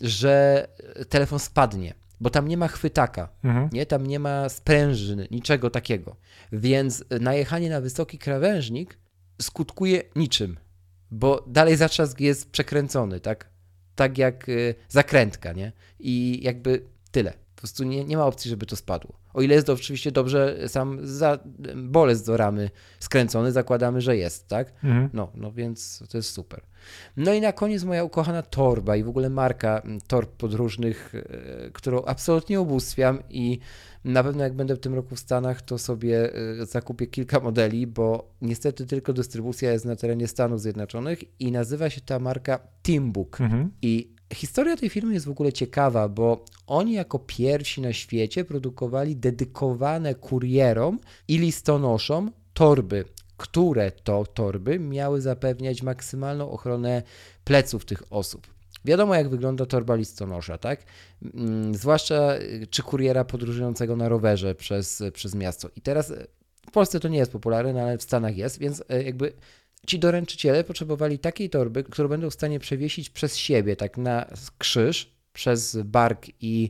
że telefon spadnie, bo tam nie ma chwytaka, mhm. nie? Tam nie ma sprężyny, niczego takiego. Więc najechanie na wysoki krawężnik skutkuje niczym, bo dalej zatrzask jest przekręcony, tak? Tak jak y, zakrętka, nie? I jakby tyle. Po prostu nie, nie ma opcji, żeby to spadło. O ile jest to oczywiście dobrze sam za, bolec do ramy skręcony, zakładamy, że jest, tak? Mhm. No, no więc to jest super. No i na koniec moja ukochana torba i w ogóle marka torb podróżnych, którą absolutnie ubóstwiam i na pewno jak będę w tym roku w Stanach, to sobie zakupię kilka modeli, bo niestety tylko dystrybucja jest na terenie Stanów Zjednoczonych i nazywa się ta marka Timbuk. Mhm. I historia tej firmy jest w ogóle ciekawa, bo oni jako pierwsi na świecie produkowali dedykowane kurierom i listonoszom torby, które to torby miały zapewniać maksymalną ochronę pleców tych osób. Wiadomo, jak wygląda torba listonosza, tak? Zwłaszcza czy kuriera podróżującego na rowerze przez, przez miasto. I teraz w Polsce to nie jest popularne, no ale w Stanach jest, więc jakby ci doręczyciele potrzebowali takiej torby, którą będą w stanie przewiesić przez siebie, tak na krzyż, przez bark i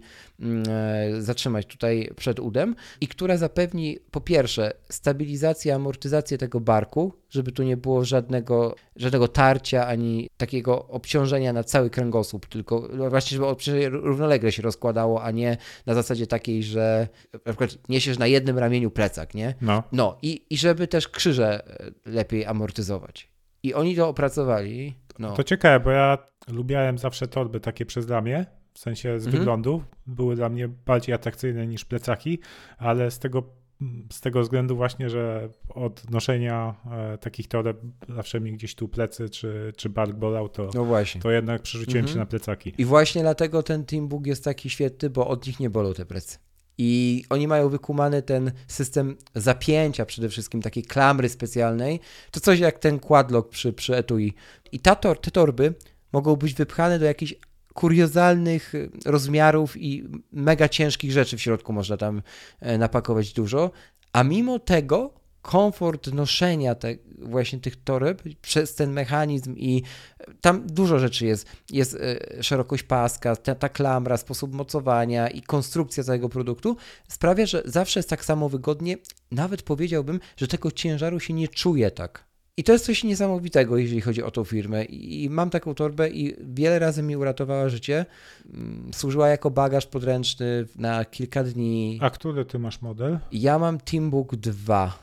y, zatrzymać tutaj przed udem i która zapewni po pierwsze stabilizację, amortyzację tego barku, żeby tu nie było żadnego, żadnego tarcia ani takiego obciążenia na cały kręgosłup, tylko właśnie, żeby równolegle się rozkładało, a nie na zasadzie takiej, że na przykład niesiesz na jednym ramieniu plecak, nie? No. No i, i żeby też krzyże lepiej amortyzować. I oni to opracowali. No. To ciekawe, bo ja lubiałem zawsze torby takie przez ramię, w sensie z mhm. wyglądu. Były dla mnie bardziej atrakcyjne niż plecaki, ale z tego, z tego względu właśnie, że od noszenia e, takich toreb zawsze mi gdzieś tu plecy czy, czy bark bolał, to, no właśnie. to jednak przerzuciłem mhm. się na plecaki. I właśnie dlatego ten Timbuk jest taki świetny, bo od nich nie bolą te plecy. I oni mają wykumany ten system zapięcia przede wszystkim, takiej klamry specjalnej. To coś jak ten Quadlock przy, przy etui. I ta tor, te torby mogą być wypchane do jakichś kuriozalnych rozmiarów i mega ciężkich rzeczy w środku można tam napakować dużo. A mimo tego komfort noszenia te, właśnie tych toreb przez ten mechanizm i tam dużo rzeczy jest. Jest y, szerokość paska, ta, ta klamra, sposób mocowania i konstrukcja całego produktu sprawia, że zawsze jest tak samo wygodnie. Nawet powiedziałbym, że tego ciężaru się nie czuje tak. I to jest coś niesamowitego, jeżeli chodzi o tą firmę. I mam taką torbę i wiele razy mi uratowała życie. Służyła jako bagaż podręczny na kilka dni. A który ty masz model? Ja mam Teambook dwa.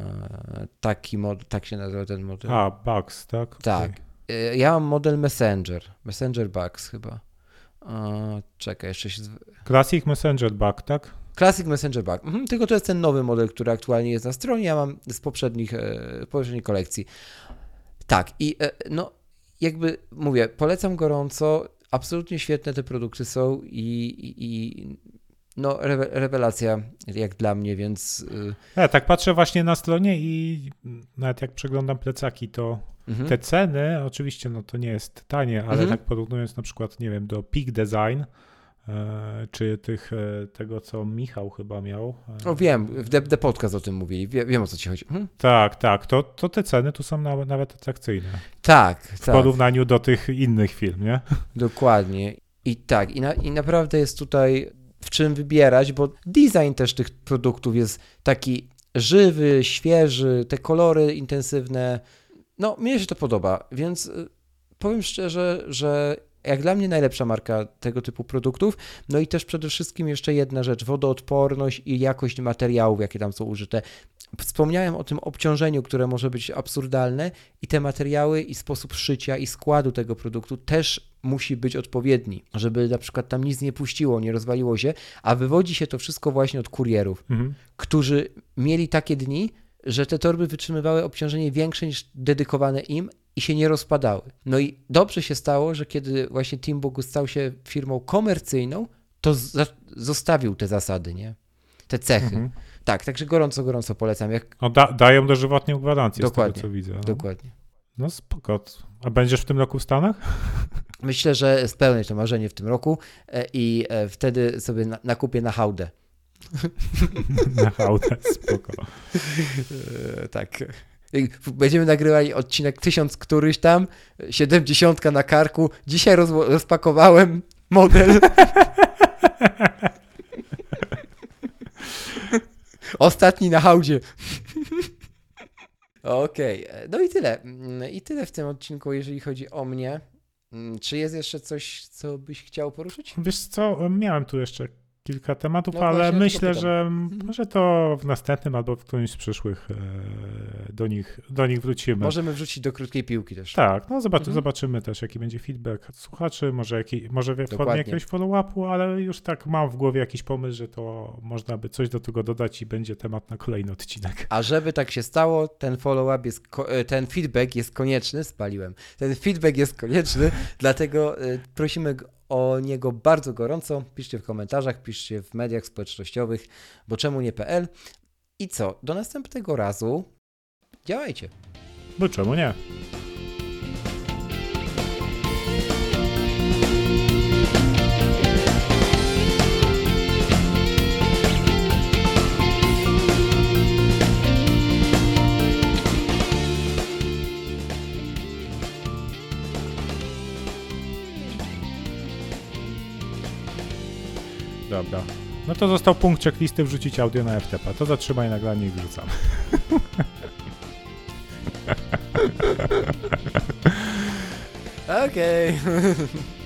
Taki mod, tak się nazywa ten model. A, Bugs, tak? Tak. Okay. Ja mam model Messenger. Messenger Bugs chyba. Czekaj, jeszcze się... Classic Messenger Bug, tak? Classic Messenger Bug. Mhm, tylko to jest ten nowy model, który aktualnie jest na stronie. Ja mam z poprzednich, e, poprzedniej kolekcji. Tak, i e, no jakby mówię, polecam gorąco. Absolutnie świetne te produkty są i, i, i no rewe, rewelacja jak dla mnie, więc... E... Ja tak patrzę właśnie na stronie i nawet jak przeglądam plecaki, to mhm. te ceny, oczywiście no to nie jest tanie, ale mhm. tak porównując na przykład, nie wiem, do Peak Design, czy tych, tego, co Michał chyba miał. O wiem, w The, the Podcast o tym mówili, Wie, wiem o co ci chodzi. Hmm? Tak, tak, to, to te ceny tu są nawet, nawet atrakcyjne. Tak, w tak. porównaniu do tych innych firm, nie? Dokładnie. I tak, i, na, i naprawdę jest tutaj w czym wybierać, bo design też tych produktów jest taki żywy, świeży, te kolory intensywne. No, mnie się to podoba, więc powiem szczerze, że jak dla mnie najlepsza marka tego typu produktów. No i też przede wszystkim jeszcze jedna rzecz, wodoodporność i jakość materiałów, jakie tam są użyte. Wspomniałem o tym obciążeniu, które może być absurdalne i te materiały i sposób szycia i składu tego produktu też musi być odpowiedni, żeby na przykład tam nic nie puściło, nie rozwaliło się, a wywodzi się to wszystko właśnie od kurierów, mhm. którzy mieli takie dni, że te torby wytrzymywały obciążenie większe niż dedykowane im i się nie rozpadały. No i dobrze się stało, że kiedy właśnie Teambook stał się firmą komercyjną, to z- zostawił te zasady, nie? Te cechy. Mhm. Tak, także gorąco, gorąco polecam. Jak... No da- dają dożywotnią gwarancję dokładnie, z tego, co widzę. No. Dokładnie. No spoko. A będziesz w tym roku w Stanach? Myślę, że spełnię to marzenie w tym roku i wtedy sobie na- nakupię na hałdę. Na hałdę, spoko. Tak. Będziemy nagrywali odcinek tysiąc któryś tam, siedemdziesiątka na karku. Dzisiaj roz, rozpakowałem model. Ostatni na hałdzie. Okej, okay. No i tyle. I tyle w tym odcinku, jeżeli chodzi o mnie. Czy jest jeszcze coś, co byś chciał poruszyć? Wiesz co, miałem tu jeszcze kilka tematów, no ale myślę, że może to w następnym albo w którymś z przyszłych do nich, do nich wrócimy. Możemy wrzucić do krótkiej piłki też. Tak, no zobaczy, mhm. zobaczymy też, jaki będzie feedback słuchaczy, może, jaki, może w formie jakiegoś follow-upu, ale już tak mam w głowie jakiś pomysł, że to można by coś do tego dodać i będzie temat na kolejny odcinek. A żeby tak się stało, ten follow-up jest, ten feedback jest konieczny, spaliłem, ten feedback jest konieczny, dlatego prosimy o niego bardzo gorąco. Piszcie w komentarzach, piszcie w mediach społecznościowych, bo czemu nie pe el. I co? Do następnego razu działajcie. Bo czemu nie? Dobra. No to został punkt checklisty wrzucić audio na F T P. To zatrzymaj nagranie i wrzucamy. Okej. Okay.